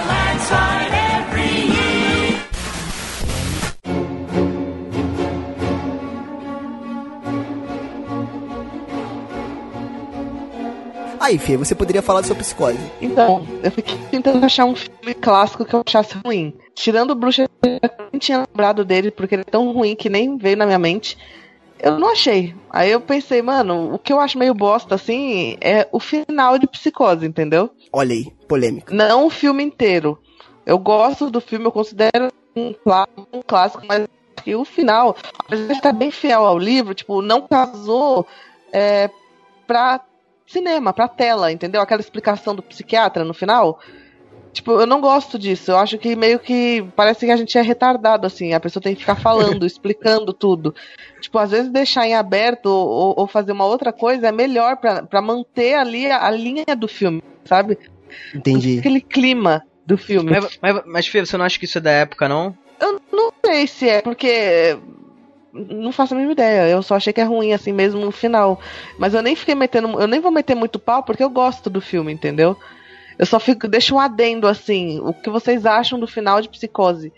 Aí, Fê, você poderia falar da sua Psicose. Então, eu fiquei tentando achar um filme clássico que eu achasse ruim. Tirando o Bruxa, eu nem tinha lembrado dele, porque ele é tão ruim que nem veio na minha mente. Eu não achei. Aí eu pensei, mano, o que eu acho meio bosta, assim, é o final de Psicose, entendeu? Olha aí, polêmica. Não o filme inteiro. Eu gosto do filme, eu considero um clássico, mas que o final, apesar de estar bem fiel ao livro, tipo, não casou pra cinema, pra tela, entendeu? Aquela explicação do psiquiatra no final. Tipo, eu não gosto disso. Eu acho que meio que parece que a gente é retardado, assim. A pessoa tem que ficar falando, explicando tudo. Tipo, às vezes deixar em aberto ou fazer uma outra coisa é melhor pra manter ali a linha do filme, sabe? Entendi. Aquele clima do filme. Mas Fê, você não acha que isso é da época, não? Eu não sei se é, porque... Não faço a mínima ideia. Eu só achei que é ruim assim mesmo no final. Mas eu nem vou meter muito pau porque eu gosto do filme, entendeu? Eu só deixo um adendo, assim, o que vocês acham do final de Psicose?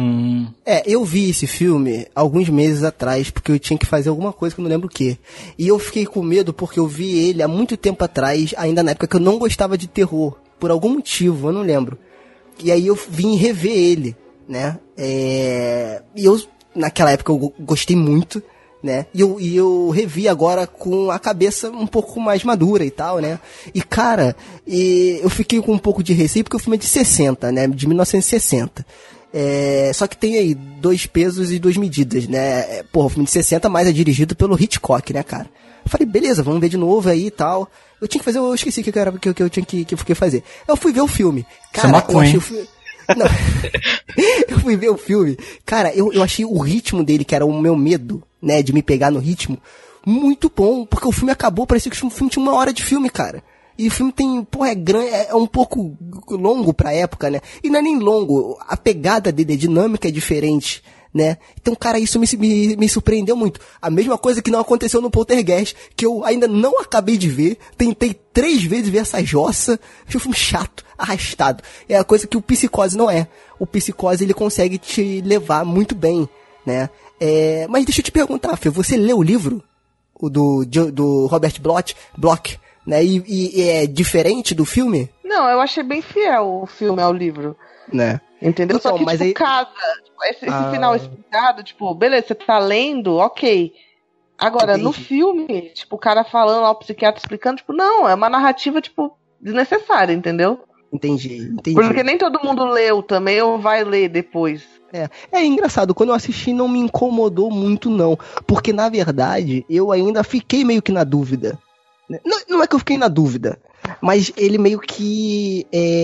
Eu vi esse filme alguns meses atrás, porque eu tinha que fazer alguma coisa que eu não lembro o quê. E eu fiquei com medo porque eu vi ele há muito tempo atrás, ainda na época que eu não gostava de terror. Por algum motivo, eu não lembro. E aí eu vim rever ele, né? E eu, naquela época, eu gostei muito, né? E eu revi agora com a cabeça um pouco mais madura e tal, né? E, cara, eu fiquei com um pouco de receio porque o filme é de 60, né? De 1960. Só que tem aí 2 pesos e 2 medidas, né? O filme de 60, mas é dirigido pelo Hitchcock, né, cara? Eu falei, beleza, vamos ver de novo aí e tal. Eu esqueci o que eu tinha que fazer. Eu fui ver o filme. Cara, eu achei o filme... Não. Eu fui ver o filme. Cara, eu achei o ritmo dele, que era o meu medo, né, de me pegar no ritmo, muito bom, porque o filme acabou, parecia que o filme tinha 1 hora de filme, cara. E o filme tem, é grande, é um pouco longo pra época, né? E não é nem longo, a pegada dele, a dinâmica é diferente, né? Então, cara, isso me surpreendeu muito. A mesma coisa que não aconteceu no Poltergeist, que eu ainda não acabei de ver, tentei 3 vezes ver essa jossa, achei um filme chato, arrastado. É a coisa que o Psicose não é. O Psicose, ele consegue te levar muito bem, né? Mas deixa eu te perguntar, Fê, você leu o livro? O do Robert Bloch, né? E é diferente do filme? Não, eu achei bem fiel o filme ao livro. Né? Entendeu? Então, Só que, mas tipo, aí... casa. Esse final explicado, tipo, beleza, você tá lendo, ok. Agora, Entendi. no filme, tipo, o cara falando lá, o psiquiatra explicando, tipo, não, é uma narrativa, tipo, desnecessária, entendeu? Entendi. Porque nem todo mundo leu também, ou vai ler depois. É engraçado, quando eu assisti não me incomodou muito não, porque na verdade eu ainda fiquei meio que na dúvida. Não é que eu fiquei na dúvida, mas ele meio que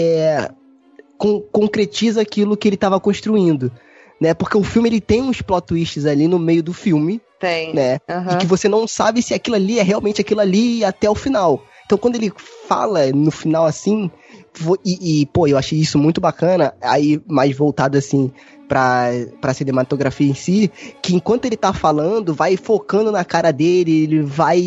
concretiza aquilo que ele estava construindo, né? Porque o filme ele tem uns plot twists ali no meio do filme, tem, né? E que você não sabe se aquilo ali é realmente aquilo ali até o final. Então quando ele fala no final assim, pô, eu achei isso muito bacana, aí mais voltado assim pra cinematografia em si, que enquanto ele tá falando, vai focando na cara dele, ele vai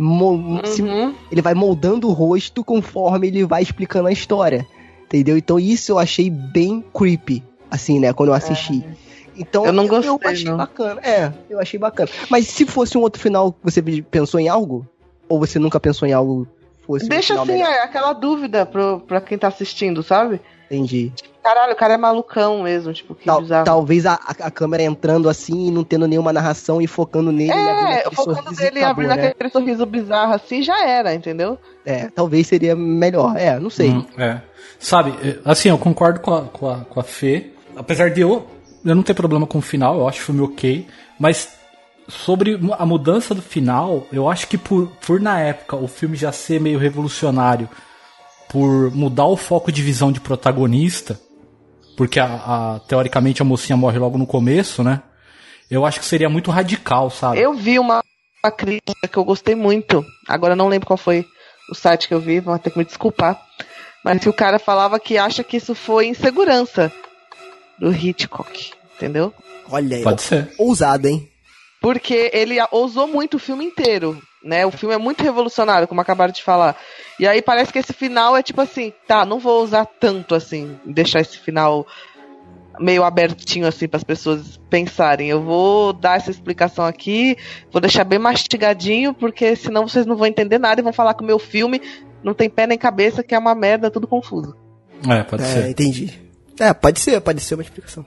ele vai moldando o rosto conforme ele vai explicando a história, entendeu? Então isso eu achei bem creepy, assim, né, quando eu assisti. Então eu não gostei, eu achei não. bacana, eu achei bacana. Mas se fosse um outro final, você pensou em algo? Ou você nunca pensou em algo? Deixa assim, aquela dúvida pra quem tá assistindo, sabe? Entendi. Caralho, o cara é malucão mesmo, tipo, que bizarro. Talvez a câmera entrando assim e não tendo nenhuma narração e focando nele. Focando nele e abrindo aquele sorriso bizarro assim, já era, entendeu? Talvez seria melhor, não sei. Sabe, assim, eu concordo com a Fê, apesar de eu não ter problema com o final, eu acho o filme ok, mas sobre a mudança do final, eu acho que por na época o filme já ser meio revolucionário, por mudar o foco de visão de protagonista, porque teoricamente a mocinha morre logo no começo, né? Eu acho que seria muito radical, sabe? Eu vi uma crítica que eu gostei muito, agora eu não lembro qual foi o site que eu vi, vão ter que me desculpar, mas que o cara falava que acha que isso foi insegurança do Hitchcock, entendeu? Olha aí, pode ser. Ousado, hein? Porque ele ousou muito o filme inteiro, né? O filme é muito revolucionário, como acabaram de falar. E aí parece que esse final é tipo assim, tá, não vou usar tanto assim, deixar esse final meio abertinho assim para as pessoas pensarem. Eu vou dar essa explicação aqui, vou deixar bem mastigadinho, porque senão vocês não vão entender nada e vão falar que o meu filme não tem pé nem cabeça, que é uma merda, tudo confuso. Pode ser. Entendi. Pode ser uma explicação.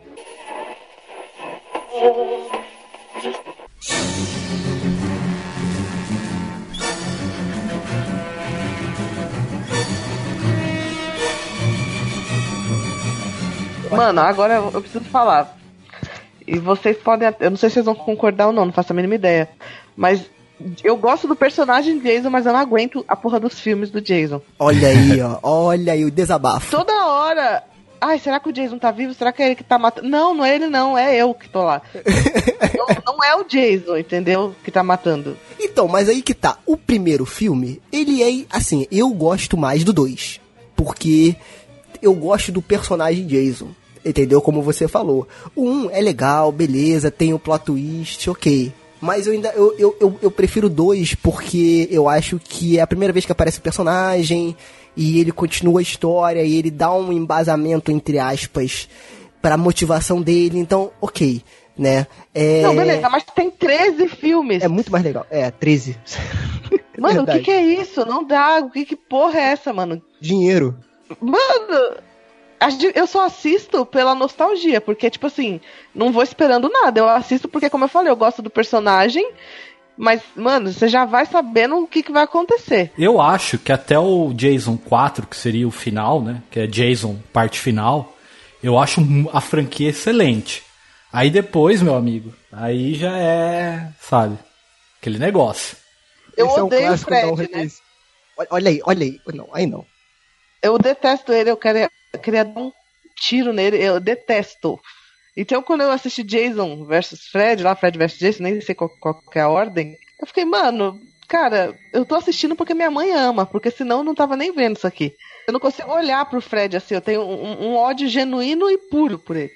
Mano, agora eu preciso falar. E vocês podem... Eu não sei se vocês vão concordar ou não faço a mínima ideia. Mas eu gosto do personagem Jason, mas eu não aguento a porra dos filmes do Jason. Olha aí, ó. Olha aí o desabafo. Toda hora... Ai, será que o Jason tá vivo? Será que é ele que tá matando? Não é ele não, é eu que tô lá. não é o Jason, entendeu? Que tá matando. Então, mas aí que tá. O primeiro filme, ele é, assim, eu gosto mais do 2. Porque eu gosto do personagem Jason. Entendeu? Como você falou. O 1 é legal, beleza, tem o plot twist, ok. Mas eu prefiro o 2 porque eu acho que é a primeira vez que aparece o personagem e ele continua a história e ele dá um embasamento, entre aspas, pra motivação dele. Então, ok, né? Não, beleza, mas tem 13 filmes. É muito mais legal. 13. Mano, o que é isso? Não dá. Que porra é essa, mano? Dinheiro. Mano... Eu só assisto pela nostalgia, porque, tipo assim, não vou esperando nada. Eu assisto porque, como eu falei, eu gosto do personagem, mas, mano, você já vai sabendo o que vai acontecer. Eu acho que até o Jason 4, que seria o final, né, que é Jason parte final, eu acho a franquia excelente. Aí depois, meu amigo, aí já é, sabe, aquele negócio. Eu odeio o Fred, né? Olha aí. Não, aí não. Eu detesto ele, eu queria dar um tiro nele, eu detesto. Então, quando eu assisti Jason vs Fred, lá Fred vs Jason, nem sei qual que é a ordem, eu fiquei, mano, cara, eu tô assistindo porque minha mãe ama, porque senão eu não tava nem vendo isso aqui. Eu não consigo olhar pro Fred assim, eu tenho um ódio genuíno e puro por ele.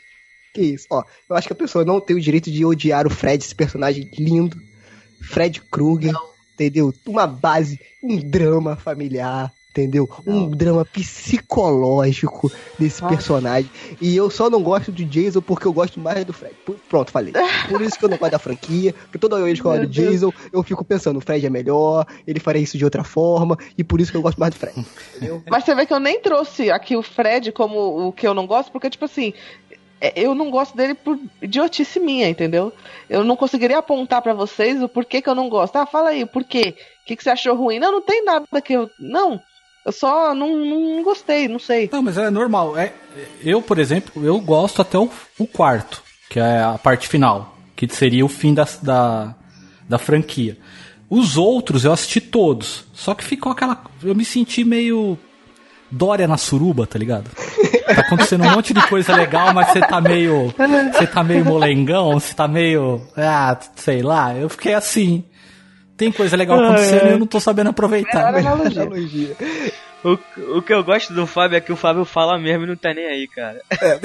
Que isso? Ó, eu acho que a pessoa não tem o direito de odiar o Fred, esse personagem lindo. Fred Krueger, entendeu? Uma base, um drama familiar, entendeu? Um drama psicológico desse personagem. E eu só não gosto de Jason porque eu gosto mais do Fred. Pronto, falei. Por isso que eu não gosto da franquia. Porque toda vez que eu olho o Jason, eu fico pensando, o Fred é melhor, ele faria isso de outra forma, e por isso que eu gosto mais do Fred. Entendeu? Mas você vê que eu nem trouxe aqui o Fred como o que eu não gosto, porque, tipo assim, eu não gosto dele por idiotice minha, entendeu? Eu não conseguiria apontar pra vocês o porquê que eu não gosto. Ah, fala aí, o porquê? O que você achou ruim? Não tem nada que eu... Não, eu só não gostei, não sei. Não, mas é normal. Eu, por exemplo, eu gosto até o quarto, que é a parte final, que seria o fim da franquia. Os outros eu assisti todos, só que ficou aquela... Eu me senti meio... Dória na suruba, tá ligado? Tá acontecendo um monte de coisa legal, mas você tá meio molengão, você tá meio, sei lá, eu fiquei assim. Tem coisa legal acontecendo e eu não tô sabendo aproveitar. Analogia. O que eu gosto do Fábio é que o Fábio fala mesmo e não tá nem aí, cara.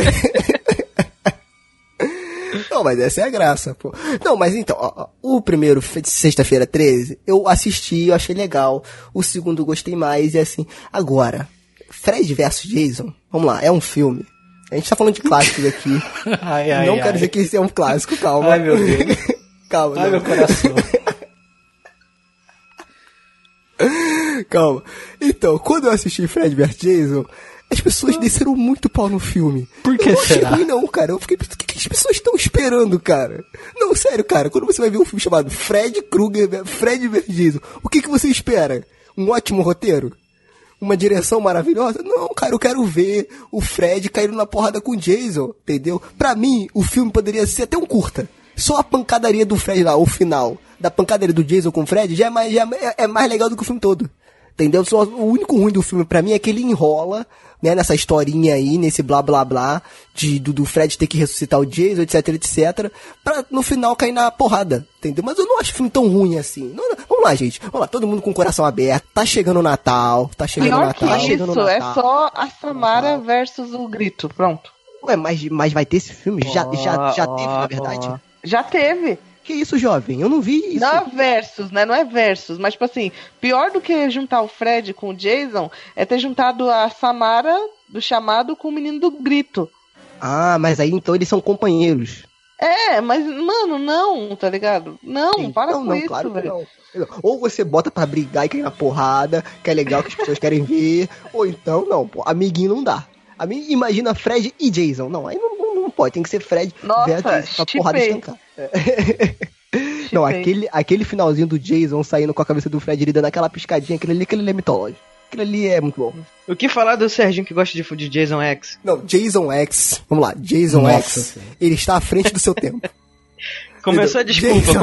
Não, mas essa é a graça, pô. Não, mas então, ó, o primeiro, Sexta-feira 13, eu assisti, eu achei legal. O segundo eu gostei mais, e assim, agora... Fred vs Jason, vamos lá, é um filme. A gente tá falando de clássicos aqui. Não quero dizer que isso é um clássico, calma. Ai, meu Deus. Calma. Ai, meu coração. Calma. Então, quando eu assisti Fred vs Jason, as pessoas desceram muito pau no filme. Por que será? Não achei ruim não, cara. Eu fiquei pensando, o que as pessoas estão esperando, cara? Não, sério, cara. Quando você vai ver um filme chamado Fred Krueger, Fred vs Jason, o que você espera? Um ótimo roteiro? Uma direção maravilhosa? Não, cara, eu quero ver o Fred caindo na porrada com o Jason, entendeu? Pra mim, o filme poderia ser até um curta. Só a pancadaria do Fred lá, o final da pancadaria do Jason com o Fred já é mais legal do que o filme todo. Entendeu? Só, o único ruim do filme pra mim é que ele enrola, né, nessa historinha aí, nesse blá blá blá, do Fred ter que ressuscitar o Jason, etc, pra no final cair na porrada, entendeu? Mas eu não acho o filme tão ruim assim. Não, vamos lá, gente. Vamos lá, todo mundo com o coração aberto. Tá chegando o Natal, tá chegando o Natal. Pior que isso, é só a Samara versus o Grito, pronto. Ué, mas vai ter esse filme? Já teve, na verdade? Já teve. Que isso, jovem? Eu não vi isso. Não é versus, né? Não é versus. Mas, tipo assim, pior do que juntar o Fred com o Jason é ter juntado a Samara do Chamado com o menino do Grito. Ah, mas aí então eles são companheiros. É, mas, mano, não, tá ligado? Não, sim, para com isso, claro velho. Não. Ou você bota pra brigar e cair na porrada, que é legal, que as pessoas querem ver. Ou então, não, pô, amiguinho não dá. Imagina Fred e Jason. Não, aí não pode, tem que ser Fred versus a porrada estancar. Não, aquele finalzinho do Jason saindo com a cabeça do Fred ele dando aquela piscadinha, aquele ali é mitológico. Aquilo ali é muito bom. O que falar do Serginho que gosta de Jason X? Não, Jason X, vamos lá, Jason X, ele está à frente do seu tempo. Começou a desculpa.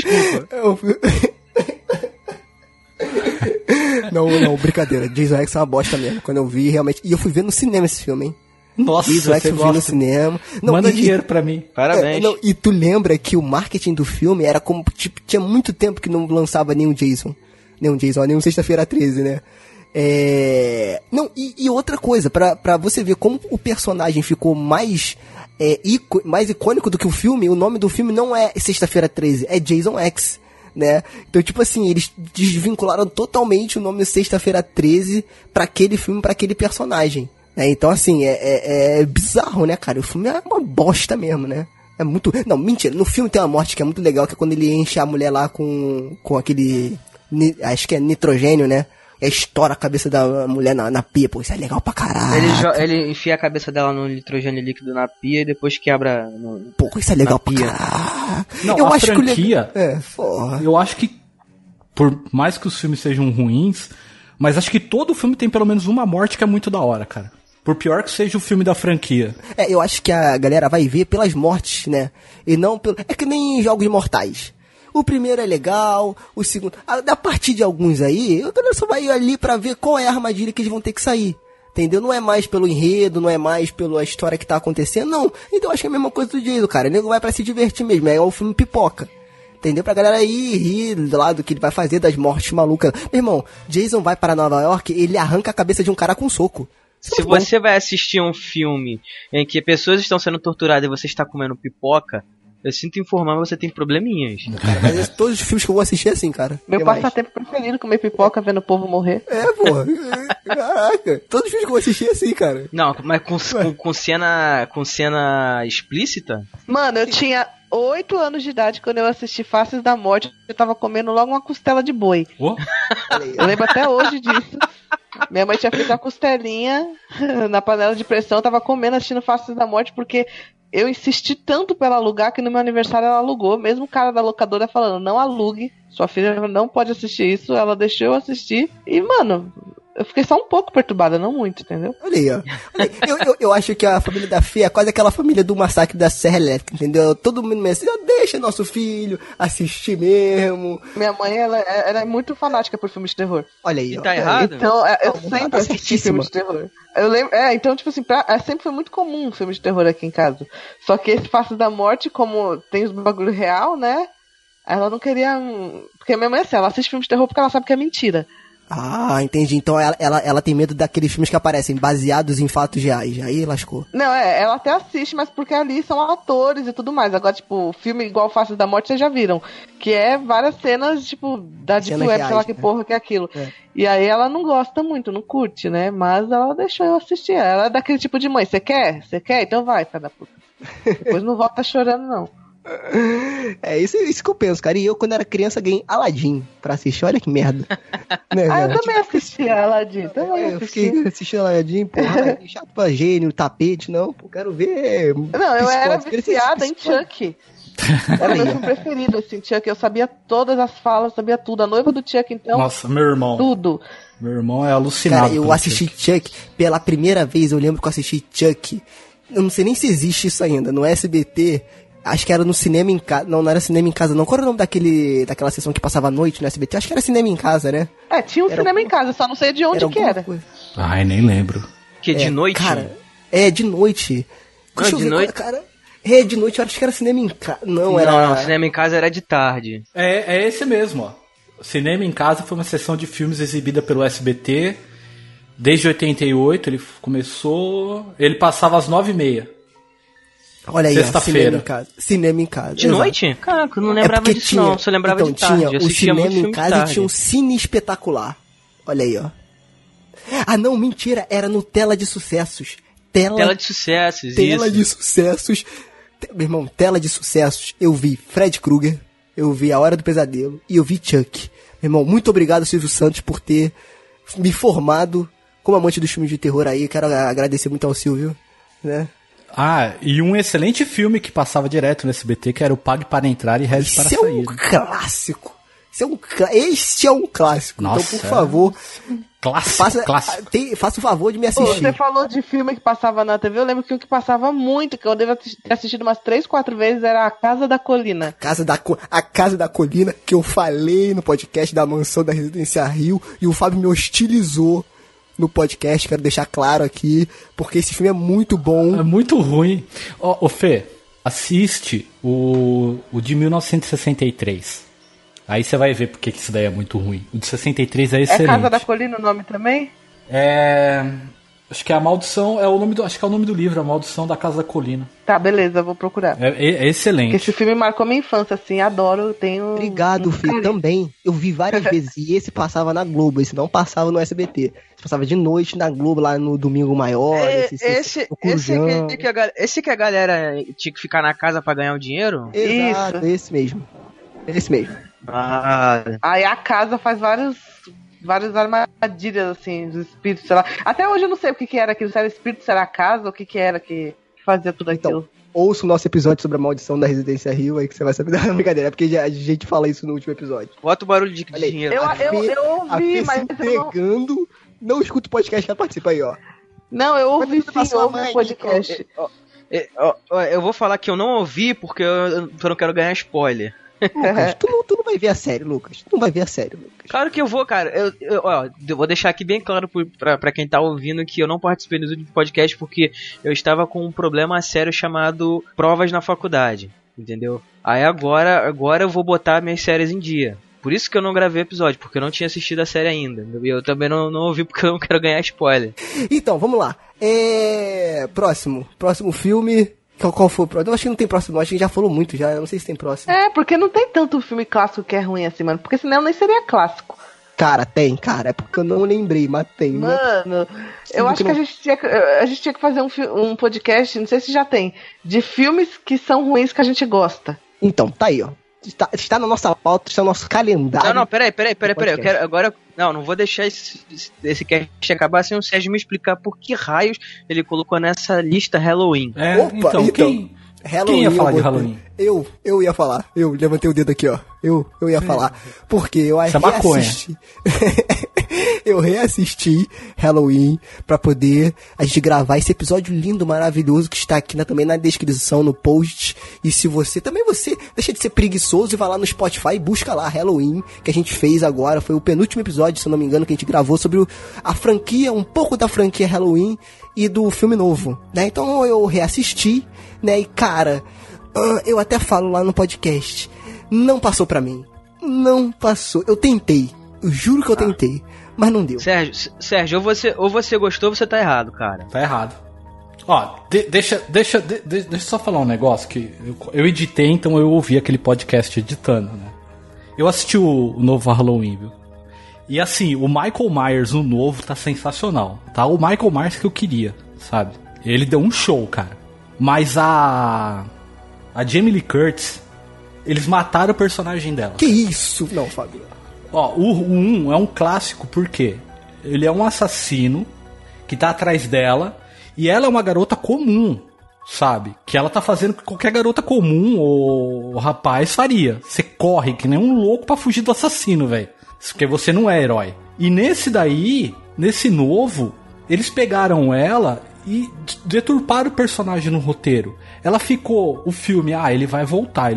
Não, brincadeira. Jason X é uma bosta mesmo. Quando eu vi, realmente... E eu fui ver no cinema esse filme, hein? Nossa, Jason X eu vi no cinema. Não, manda dinheiro pra mim. Parabéns. E tu lembra que o marketing do filme era como... Tipo, tinha muito tempo que não lançava nenhum Sexta-feira 13, né? Não, e outra coisa, pra você ver como o personagem ficou mais icônico do que o filme, o nome do filme não é Sexta-feira 13, é Jason X, né? Então, tipo assim, eles desvincularam totalmente o nome Sexta-feira 13 pra aquele filme, pra aquele personagem. Então, assim, é bizarro, né, cara? O filme é uma bosta mesmo, né? É muito... Não, mentira, no filme tem uma morte que é muito legal, que é quando ele enche a mulher lá com aquele... Acho que é nitrogênio, né? E estoura a cabeça da mulher na pia. Pô, isso é legal pra caralho. Ele enfia a cabeça dela no nitrogênio líquido na pia e depois quebra no... Pô, isso é legal pra caralho. Não, eu acho franquia... Eu acho que, por mais que os filmes sejam ruins, mas acho que todo filme tem pelo menos uma morte que é muito da hora, cara. Por pior que seja o filme da franquia. Eu acho que a galera vai ver pelas mortes, né? E não pelo... É que nem Jogos Mortais. O primeiro é legal, o segundo... A partir de alguns aí, a galera só vai ali pra ver qual é a armadilha que eles vão ter que sair. Entendeu? Não é mais pelo enredo, não é mais pela história que tá acontecendo, não. Então acho que é a mesma coisa do Jason, cara. O nego vai pra se divertir mesmo, é o filme pipoca. Entendeu? Pra galera ir rir lá do que ele vai fazer, das mortes malucas. Meu irmão, Jason vai para Nova York, ele arranca a cabeça de um cara com um soco. Se você vai assistir um filme em que pessoas estão sendo torturadas e você está comendo pipoca, eu sinto informar que você tem probleminhas. Cara, mas todos os filmes que eu vou assistir é assim, cara. Meu passatempo preferido, comer pipoca vendo o povo morrer. Porra. Caraca. Todos os filmes que eu vou assistir é assim, cara. Não, mas com cena explícita? Mano, eu tinha 8 anos de idade quando eu assisti Faces da Morte. Eu tava comendo logo uma costela de boi. Oh? Eu lembro até hoje disso. Minha mãe tinha feito uma costelinha na panela de pressão. Eu tava comendo, assistindo Faces da Morte, porque eu insisti tanto pra ela alugar que no meu aniversário ela alugou. Mesmo o cara da locadora falando, não alugue, sua filha não pode assistir isso. Ela deixou eu assistir. E, mano, eu fiquei só um pouco perturbada, não muito, entendeu? Olha aí, ó. Eu acho que a família da Fê é quase aquela família do massacre da Serra Elétrica, entendeu? Todo mundo me assim, deixa nosso filho assistir mesmo. Minha mãe, ela é muito fanática por filmes de terror. Olha aí, E ó. tá errado? Então, eu sempre assisti filme de terror. Eu lembro, então, tipo assim, sempre foi muito comum um filme de terror aqui em casa. Só que esse Faces da Morte, como tem os bagulho real, né? Ela não queria... Porque a minha mãe, assim, ela assiste filme de terror porque ela sabe que é mentira. Ah, entendi. Então ela tem medo daqueles filmes que aparecem baseados em fatos reais. Aí lascou. Não, ela até assiste, mas porque ali são atores e tudo mais. Agora, tipo, filme igual Faces da Morte, vocês já viram. Que é várias cenas, tipo, da Deep Web, sei lá que porra que é aquilo. E aí ela não gosta muito, não curte, né? Mas ela deixou eu assistir. Ela é daquele tipo de mãe, você quer? Você quer? Então vai, filha da puta. Depois não volta chorando, não. É isso que eu penso, cara. E eu, quando era criança, ganhei Aladdin pra assistir. Olha que merda. Né, eu também assisti a Aladdin. Eu fiquei assistindo Aladdin, porra. Chato pra gênio, tapete, não. Pô, quero ver. Não, eu era viciada em Chuck. Era meu filme preferido, assim, Chuck. Eu sabia todas as falas, sabia tudo. A noiva do Chuck, então. Nossa, meu irmão. Tudo. Meu irmão é alucinado. Cara, eu assisti Chuck pela primeira vez. Eu lembro que eu assisti Chuck. Eu não sei nem se existe isso ainda. No SBT. Acho que era no Cinema em Casa. Não era Cinema em Casa, não. Qual era o nome daquela sessão que passava à noite no SBT? Acho que era Cinema em Casa, né? Tinha um Cinema em Casa, só não sei de onde que era. Coisa. Ai, nem lembro. Que de noite? Cara, de noite. Não, de noite? Cara, de noite, eu acho que era Cinema em Casa. Não, Cinema em Casa era de tarde. É esse mesmo, ó. Cinema em Casa foi uma sessão de filmes exibida pelo SBT. Desde 88, ele começou... Ele passava às 9h30. Olha aí, sexta-feira. Cinema em Casa. De noite? Caraca, eu não lembrava disso não, só lembrava de tarde. Tinha o Cinema em Casa e tinha um Cine Espetacular. Olha aí, ó. Ah, não, mentira, era no Tela de Sucessos. Tela de Sucessos, Tela isso. de Sucessos. Meu irmão, Tela de Sucessos. Eu vi Fred Krueger, eu vi A Hora do Pesadelo e eu vi Chuck. Meu irmão, muito obrigado, Silvio Santos, por ter me formado como amante dos filmes de terror aí. Quero agradecer muito ao Silvio, né? Ah, e um excelente filme que passava direto no SBT, que era o Pague para Entrar e Reze para Sair. Esse é um clássico. Este é um clássico. Nossa, então, por favor, clássico. Faça o favor de me assistir. Você falou de filme que passava na TV, eu lembro que o que passava muito, que eu devo ter assistido umas 3, 4 vezes, era A Casa da Colina. A Casa da Colina, que eu falei no podcast da Mansão da Residência Rio, e o Fábio me hostilizou no podcast, quero deixar claro aqui, porque esse filme é muito bom. É muito ruim. Ô Fê, assiste o de 1963. Aí você vai ver porque que isso daí é muito ruim. O de 63 é excelente. É Casa da Colina o nome também? Acho que é A Maldição, acho que é o nome do livro, A Maldição da Casa da Colina. Tá, beleza, vou procurar. É excelente. Porque esse filme marcou minha infância, assim, adoro, tenho... Obrigado, filho, também. Eu vi várias vezes, e esse passava na Globo, esse não passava no SBT. Esse passava de noite na Globo, lá no Domingo Maior, esse que a galera tinha que ficar na casa pra ganhar o dinheiro? Exato, esse mesmo. Aí a casa faz várias armadilhas, assim, dos espíritos, sei lá. Até hoje eu não sei o que era aquilo, se era espírito, se era a casa, o que era que fazia tudo aquilo. Então, ouça o nosso episódio sobre a maldição da Residência Rio, aí que você vai saber da brincadeira, porque a gente fala isso no último episódio. Bota o barulho de dinheiro. Eu ouvi, mas... entregando, não escuta o podcast que ela participa aí, ó. Não, eu ouvi sim, eu ouvi o podcast. Eu vou falar que eu não ouvi porque eu não quero ganhar spoiler. Lucas, tu não vai ver a série, Lucas. Tu não vai ver a série, Lucas. Claro que eu vou, cara. Eu vou deixar aqui bem claro pra quem tá ouvindo que eu não participei dos últimos podcasts porque eu estava com um problema sério chamado provas na faculdade, entendeu? Aí agora eu vou botar minhas séries em dia. Por isso que eu não gravei o episódio, porque eu não tinha assistido a série ainda. E eu também não ouvi porque eu não quero ganhar spoiler. Então, vamos lá. Próximo filme. Qual foi o próximo? Eu acho que não tem próximo, acho que a gente já falou muito já. Eu não sei se tem próximo. Porque não tem tanto filme clássico que é ruim assim, mano. Porque senão nem seria clássico. Cara, tem, cara. É porque eu não lembrei, mas tem. Mano, eu acho que a gente tinha que fazer um podcast, não sei se já tem, de filmes que são ruins que a gente gosta. Então, tá aí, ó. Está na nossa pauta, está no nosso calendário. Não, peraí. Eu quero agora. Não vou deixar esse cast acabar sem o Sérgio me explicar por que raios ele colocou nessa lista Halloween. Então, quem ia falar de Halloween? Eu ia falar. Eu levantei o dedo aqui, ó. Eu ia falar. Porque eu reassisti. Eu reassisti Halloween pra poder a gente gravar esse episódio lindo, maravilhoso, que está aqui também na descrição, no post. E se você deixa de ser preguiçoso e vai lá no Spotify e busca lá Halloween, que a gente fez agora. Foi o penúltimo episódio, se eu não me engano, que a gente gravou sobre a franquia, um pouco da franquia Halloween e do filme novo, né? Então eu reassisti, né? E cara, eu até falo lá no podcast, não passou pra mim. Não passou. Eu tentei. Eu juro que eu tentei. Mas não deu. Sérgio, ou você gostou ou você tá errado, cara. Tá errado. Ó, deixa eu só falar um negócio que eu editei, então eu ouvi aquele podcast editando, né? Eu assisti o novo Halloween, viu? E assim, o Michael Myers, o novo, tá sensacional. Tá o Michael Myers que eu queria, sabe? Ele deu um show, cara. Mas a Jamie Lee Curtis, eles mataram o personagem dela. Que isso? Não, Fábio. Ó, o 1 é um clássico porque ele é um assassino que tá atrás dela e ela é uma garota comum, sabe? Que ela tá fazendo o que qualquer garota comum ou rapaz faria. Você corre que nem um louco pra fugir do assassino, velho. Porque você não é herói. E nesse novo, eles pegaram ela e deturparam o personagem no roteiro. Ela ficou, o filme, ele vai voltar.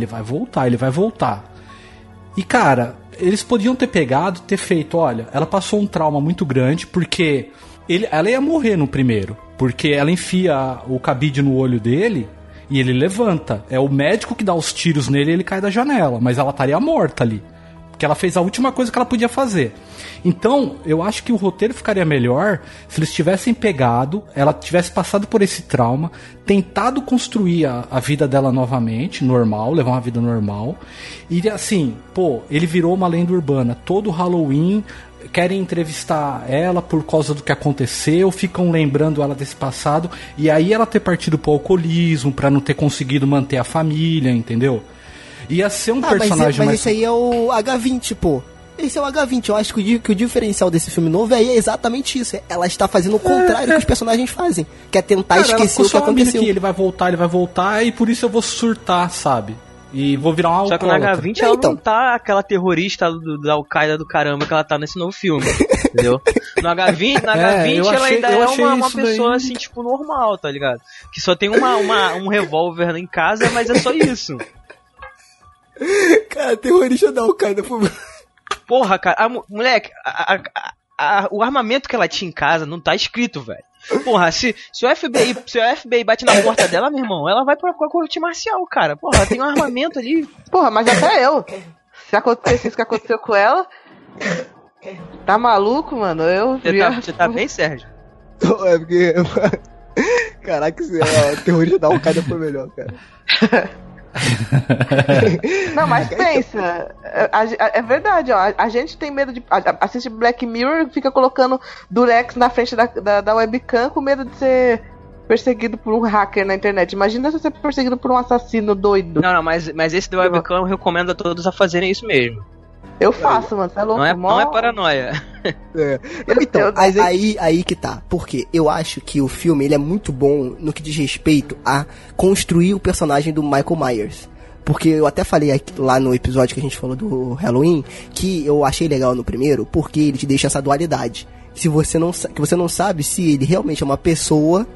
E cara, eles podiam ter pegado, ter feito, olha, ela passou um trauma muito grande, porque ela ia morrer no primeiro, porque ela enfia o cabide no olho dele e ele levanta. É o médico que dá os tiros nele e ele cai da janela, mas ela estaria morta ali, porque ela fez a última coisa que ela podia fazer. Então, eu acho que o roteiro ficaria melhor se eles tivessem pegado, ela tivesse passado por esse trauma, tentado construir a vida dela novamente, normal, levar uma vida normal. E assim, ele virou uma lenda urbana. Todo Halloween querem entrevistar ela por causa do que aconteceu, ficam lembrando ela desse passado, e aí ela ter partido pro alcoolismo, pra não ter conseguido manter a família, entendeu? Ia ser um personagem mas esse aí é o H20, pô. Esse é o H20. Eu acho que o diferencial desse filme novo é exatamente isso. Ela está fazendo o contrário do que os personagens fazem. Que é tentar esquecer o que aconteceu. Que ele vai voltar, e por isso eu vou surtar, sabe? E vou virar uma alcoólatra. Só que no H20 ela não tá aquela terrorista da Al-Qaeda do caramba que ela tá nesse novo filme. Entendeu? No H20 ela ainda é uma pessoa assim, tipo, normal, tá ligado? Que só tem um revólver em casa, mas é só isso. Cara, terrorista da Al-Qaeda, por... Porra, cara, moleque, o armamento que ela tinha em casa não tá escrito, velho. Porra, se o FBI bate na porta dela, meu irmão, ela vai pra corte marcial, cara. Porra, ela tem um armamento ali. Porra, mas até eu. Se acontecesse isso que aconteceu com ela, tá maluco, mano? Você tá bem, Sérgio? É porque... Caraca, o terrorista da Al-Qaeda foi melhor, cara. Não, mas pensa, é verdade, ó. A gente tem medo de assistir Black Mirror, fica colocando Durex na frente da webcam com medo de ser perseguido por um hacker na internet. Imagina se você ser perseguido por um assassino doido. Não, mas esse da webcam eu recomendo a todos a fazerem isso mesmo. Eu faço, mano, tá louco? Não é paranoia. Então, aí que tá. Porque eu acho que o filme ele é muito bom no que diz respeito a construir o personagem do Michael Myers. Porque eu até falei aqui, lá no episódio que a gente falou do Halloween, que eu achei legal no primeiro, porque ele te deixa essa dualidade. Que você não sabe se ele realmente é uma pessoa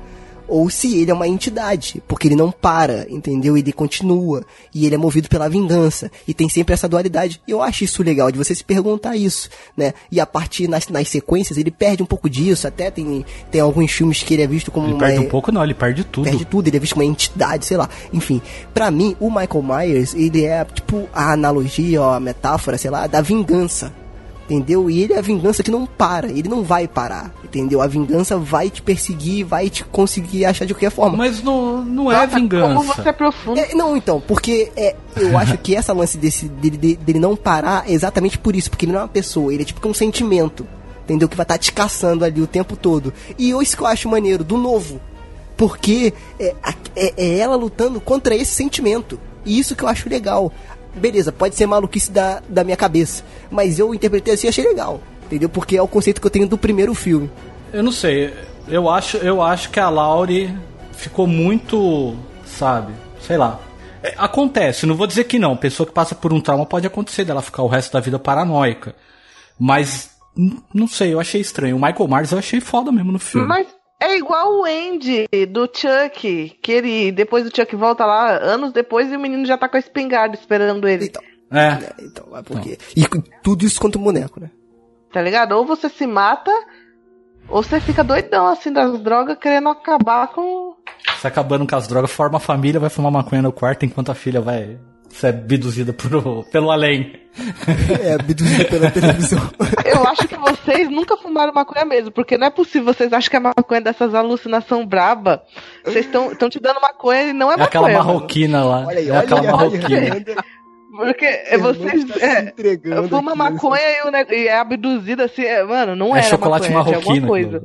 ou se ele é uma entidade, porque ele não para, entendeu? Ele continua, e ele é movido pela vingança, e tem sempre essa dualidade. E eu acho isso legal, de você se perguntar isso, né? E a partir nas sequências, ele perde um pouco disso, até tem alguns filmes que ele é visto como ele perde um pouco não, ele perde tudo. Perde tudo, ele é visto como uma entidade, sei lá. Enfim, pra mim, o Michael Myers, ele é tipo a analogia, ó, a metáfora, sei lá, da vingança. Entendeu? E ele é a vingança que não para, ele não vai parar, entendeu? A vingança vai te perseguir, vai te conseguir achar de qualquer forma. Mas não é vingança. Como você é profundo. Não, então, porque eu acho que essa lance dele não parar é exatamente por isso, porque ele não é uma pessoa, ele é tipo um sentimento, entendeu? Que vai estar te caçando ali o tempo todo. E isso que eu acho maneiro, do novo, porque é ela lutando contra esse sentimento, e isso que eu acho legal. Beleza, pode ser maluquice da minha cabeça, mas eu interpretei assim e achei legal, entendeu? Porque é o conceito que eu tenho do primeiro filme. Eu não sei, eu acho que a Laurie ficou muito, sabe, sei lá. Acontece, não vou dizer que não, pessoa que passa por um trauma pode acontecer dela ficar o resto da vida paranoica, mas não sei, eu achei estranho. O Michael Myers eu achei foda mesmo no filme. Mas é igual o Andy do Chuck, que ele, depois do Chuck volta lá, anos depois, e o menino já tá com a espingarda esperando ele. Então, então é porque... Então. E tudo isso contra o boneco, né? Tá ligado? Ou você se mata, ou você fica doidão, assim, das drogas, querendo acabar com... Você acabando com as drogas, forma a família, vai fumar maconha no quarto, enquanto a filha vai ser abduzida pelo além. Abduzida pela televisão. Eu acho que vocês nunca fumaram maconha mesmo, porque não é possível, vocês acham que a maconha é dessas alucinação braba. Vocês estão te dando maconha e não é maconha. Aquela marroquina lá. Olha aí, aquela marroquina. Porque vocês fuma maconha e é abduzida assim, mano, não é chocolate maconha, marroquino, é alguma coisa.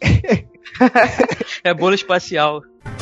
É bolo espacial.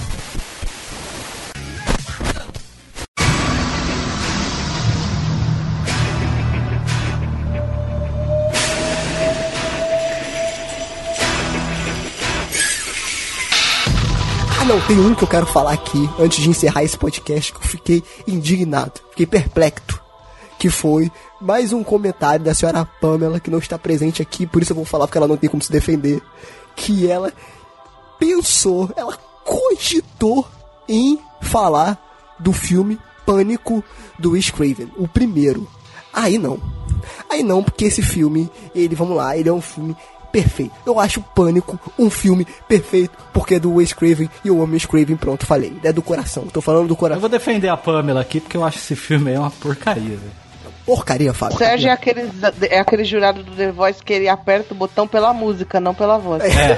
Não, tem um que eu quero falar aqui, antes de encerrar esse podcast, que eu fiquei indignado, fiquei perplexo, que foi mais um comentário da senhora Pamela, que não está presente aqui, por isso eu vou falar, porque ela não tem como se defender, que ela pensou, ela cogitou em falar do filme Pânico do Wes Craven, o primeiro. Aí não, porque esse filme, ele é um filme perfeito. Eu acho Pânico um filme perfeito, porque é do Wes Craven e eu amo Wes Craven, pronto, falei. É do coração, tô falando do coração. Eu vou defender a Pamela aqui, porque eu acho esse filme aí uma porcaria, velho. Porcaria, Fábio. O Sérgio é aquele jurado do The Voice que ele aperta o botão pela música, não pela voz.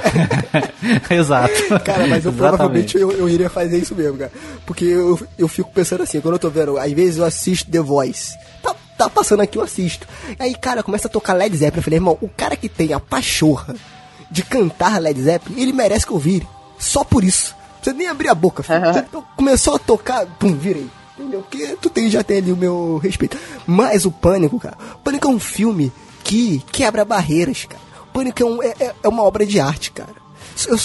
Exato. Cara, mas provavelmente eu iria fazer isso mesmo, cara. Porque eu fico pensando assim, quando eu tô vendo, às vezes eu assisto The Voice. Tá passando aqui, eu assisto. Aí, cara, começa a tocar Led Zeppelin. Eu falei, irmão, o cara que tem a pachorra de cantar Led Zeppelin, ele merece que eu vire. Só por isso. Não precisa nem abrir a boca, filho. Você começou a tocar, pum, virei. Entendeu? Porque já tem ali o meu respeito. Mas o Pânico, cara, o Pânico é um filme que quebra barreiras, cara. O Pânico é uma obra de arte, cara. Eu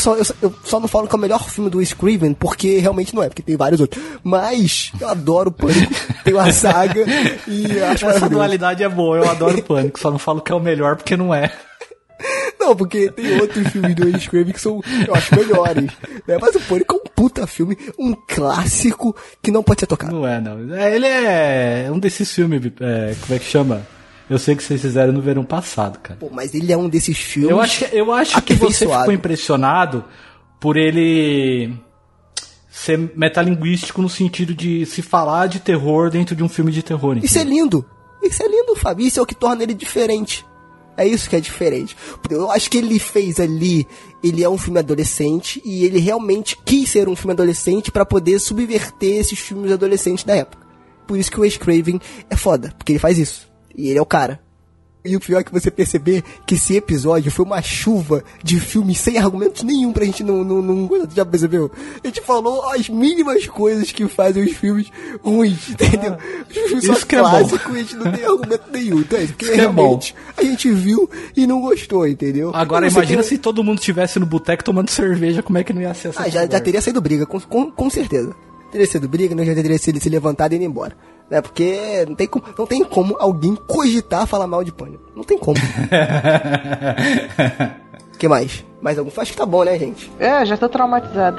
só não falo que é o melhor filme do Wes Craven, porque realmente não é, porque tem vários outros. Mas eu adoro o Pânico, tenho a saga e acho essa dualidade é boa, eu adoro o Pânico, só não falo que é o melhor porque não é. Não, porque tem outros filmes do Wes Craven que eu acho melhores, né? Mas o Pânico é um puta filme, um clássico que não pode ser tocado. Não é, não. Ele é um desses filmes, como é que chama? Eu sei que vocês fizeram no verão passado, cara. Pô, mas ele é um desses filmes... Eu acho que você ficou impressionado por ele ser metalinguístico no sentido de se falar de terror dentro de um filme de terror. Entendeu? Isso é lindo, Fábio. Isso é o que torna ele diferente. É isso que é diferente. Eu acho que ele fez ali... Ele é um filme adolescente e ele realmente quis ser um filme adolescente pra poder subverter esses filmes adolescentes da época. Por isso que o Wes Craven é foda, porque ele faz isso. E ele é o cara. E o pior é que você perceber que esse episódio foi uma chuva de filmes sem argumentos nenhum pra gente não já percebeu? A gente falou as mínimas coisas que fazem os filmes ruins, entendeu? Os filmes são clássicos e a gente não tem argumento nenhum. Então é isso, porque realmente a gente viu e não gostou, entendeu? Agora imagina se todo mundo estivesse no boteco tomando cerveja, como é que não ia ser essa já teria saído briga, com certeza. Teria sido briga, não já teria sido se levantado e ido embora. Né? Porque não tem como alguém cogitar falar mal de Pânico. Não tem como. O que mais? Mais algum? Acho que tá bom, né, gente? Já tô traumatizado.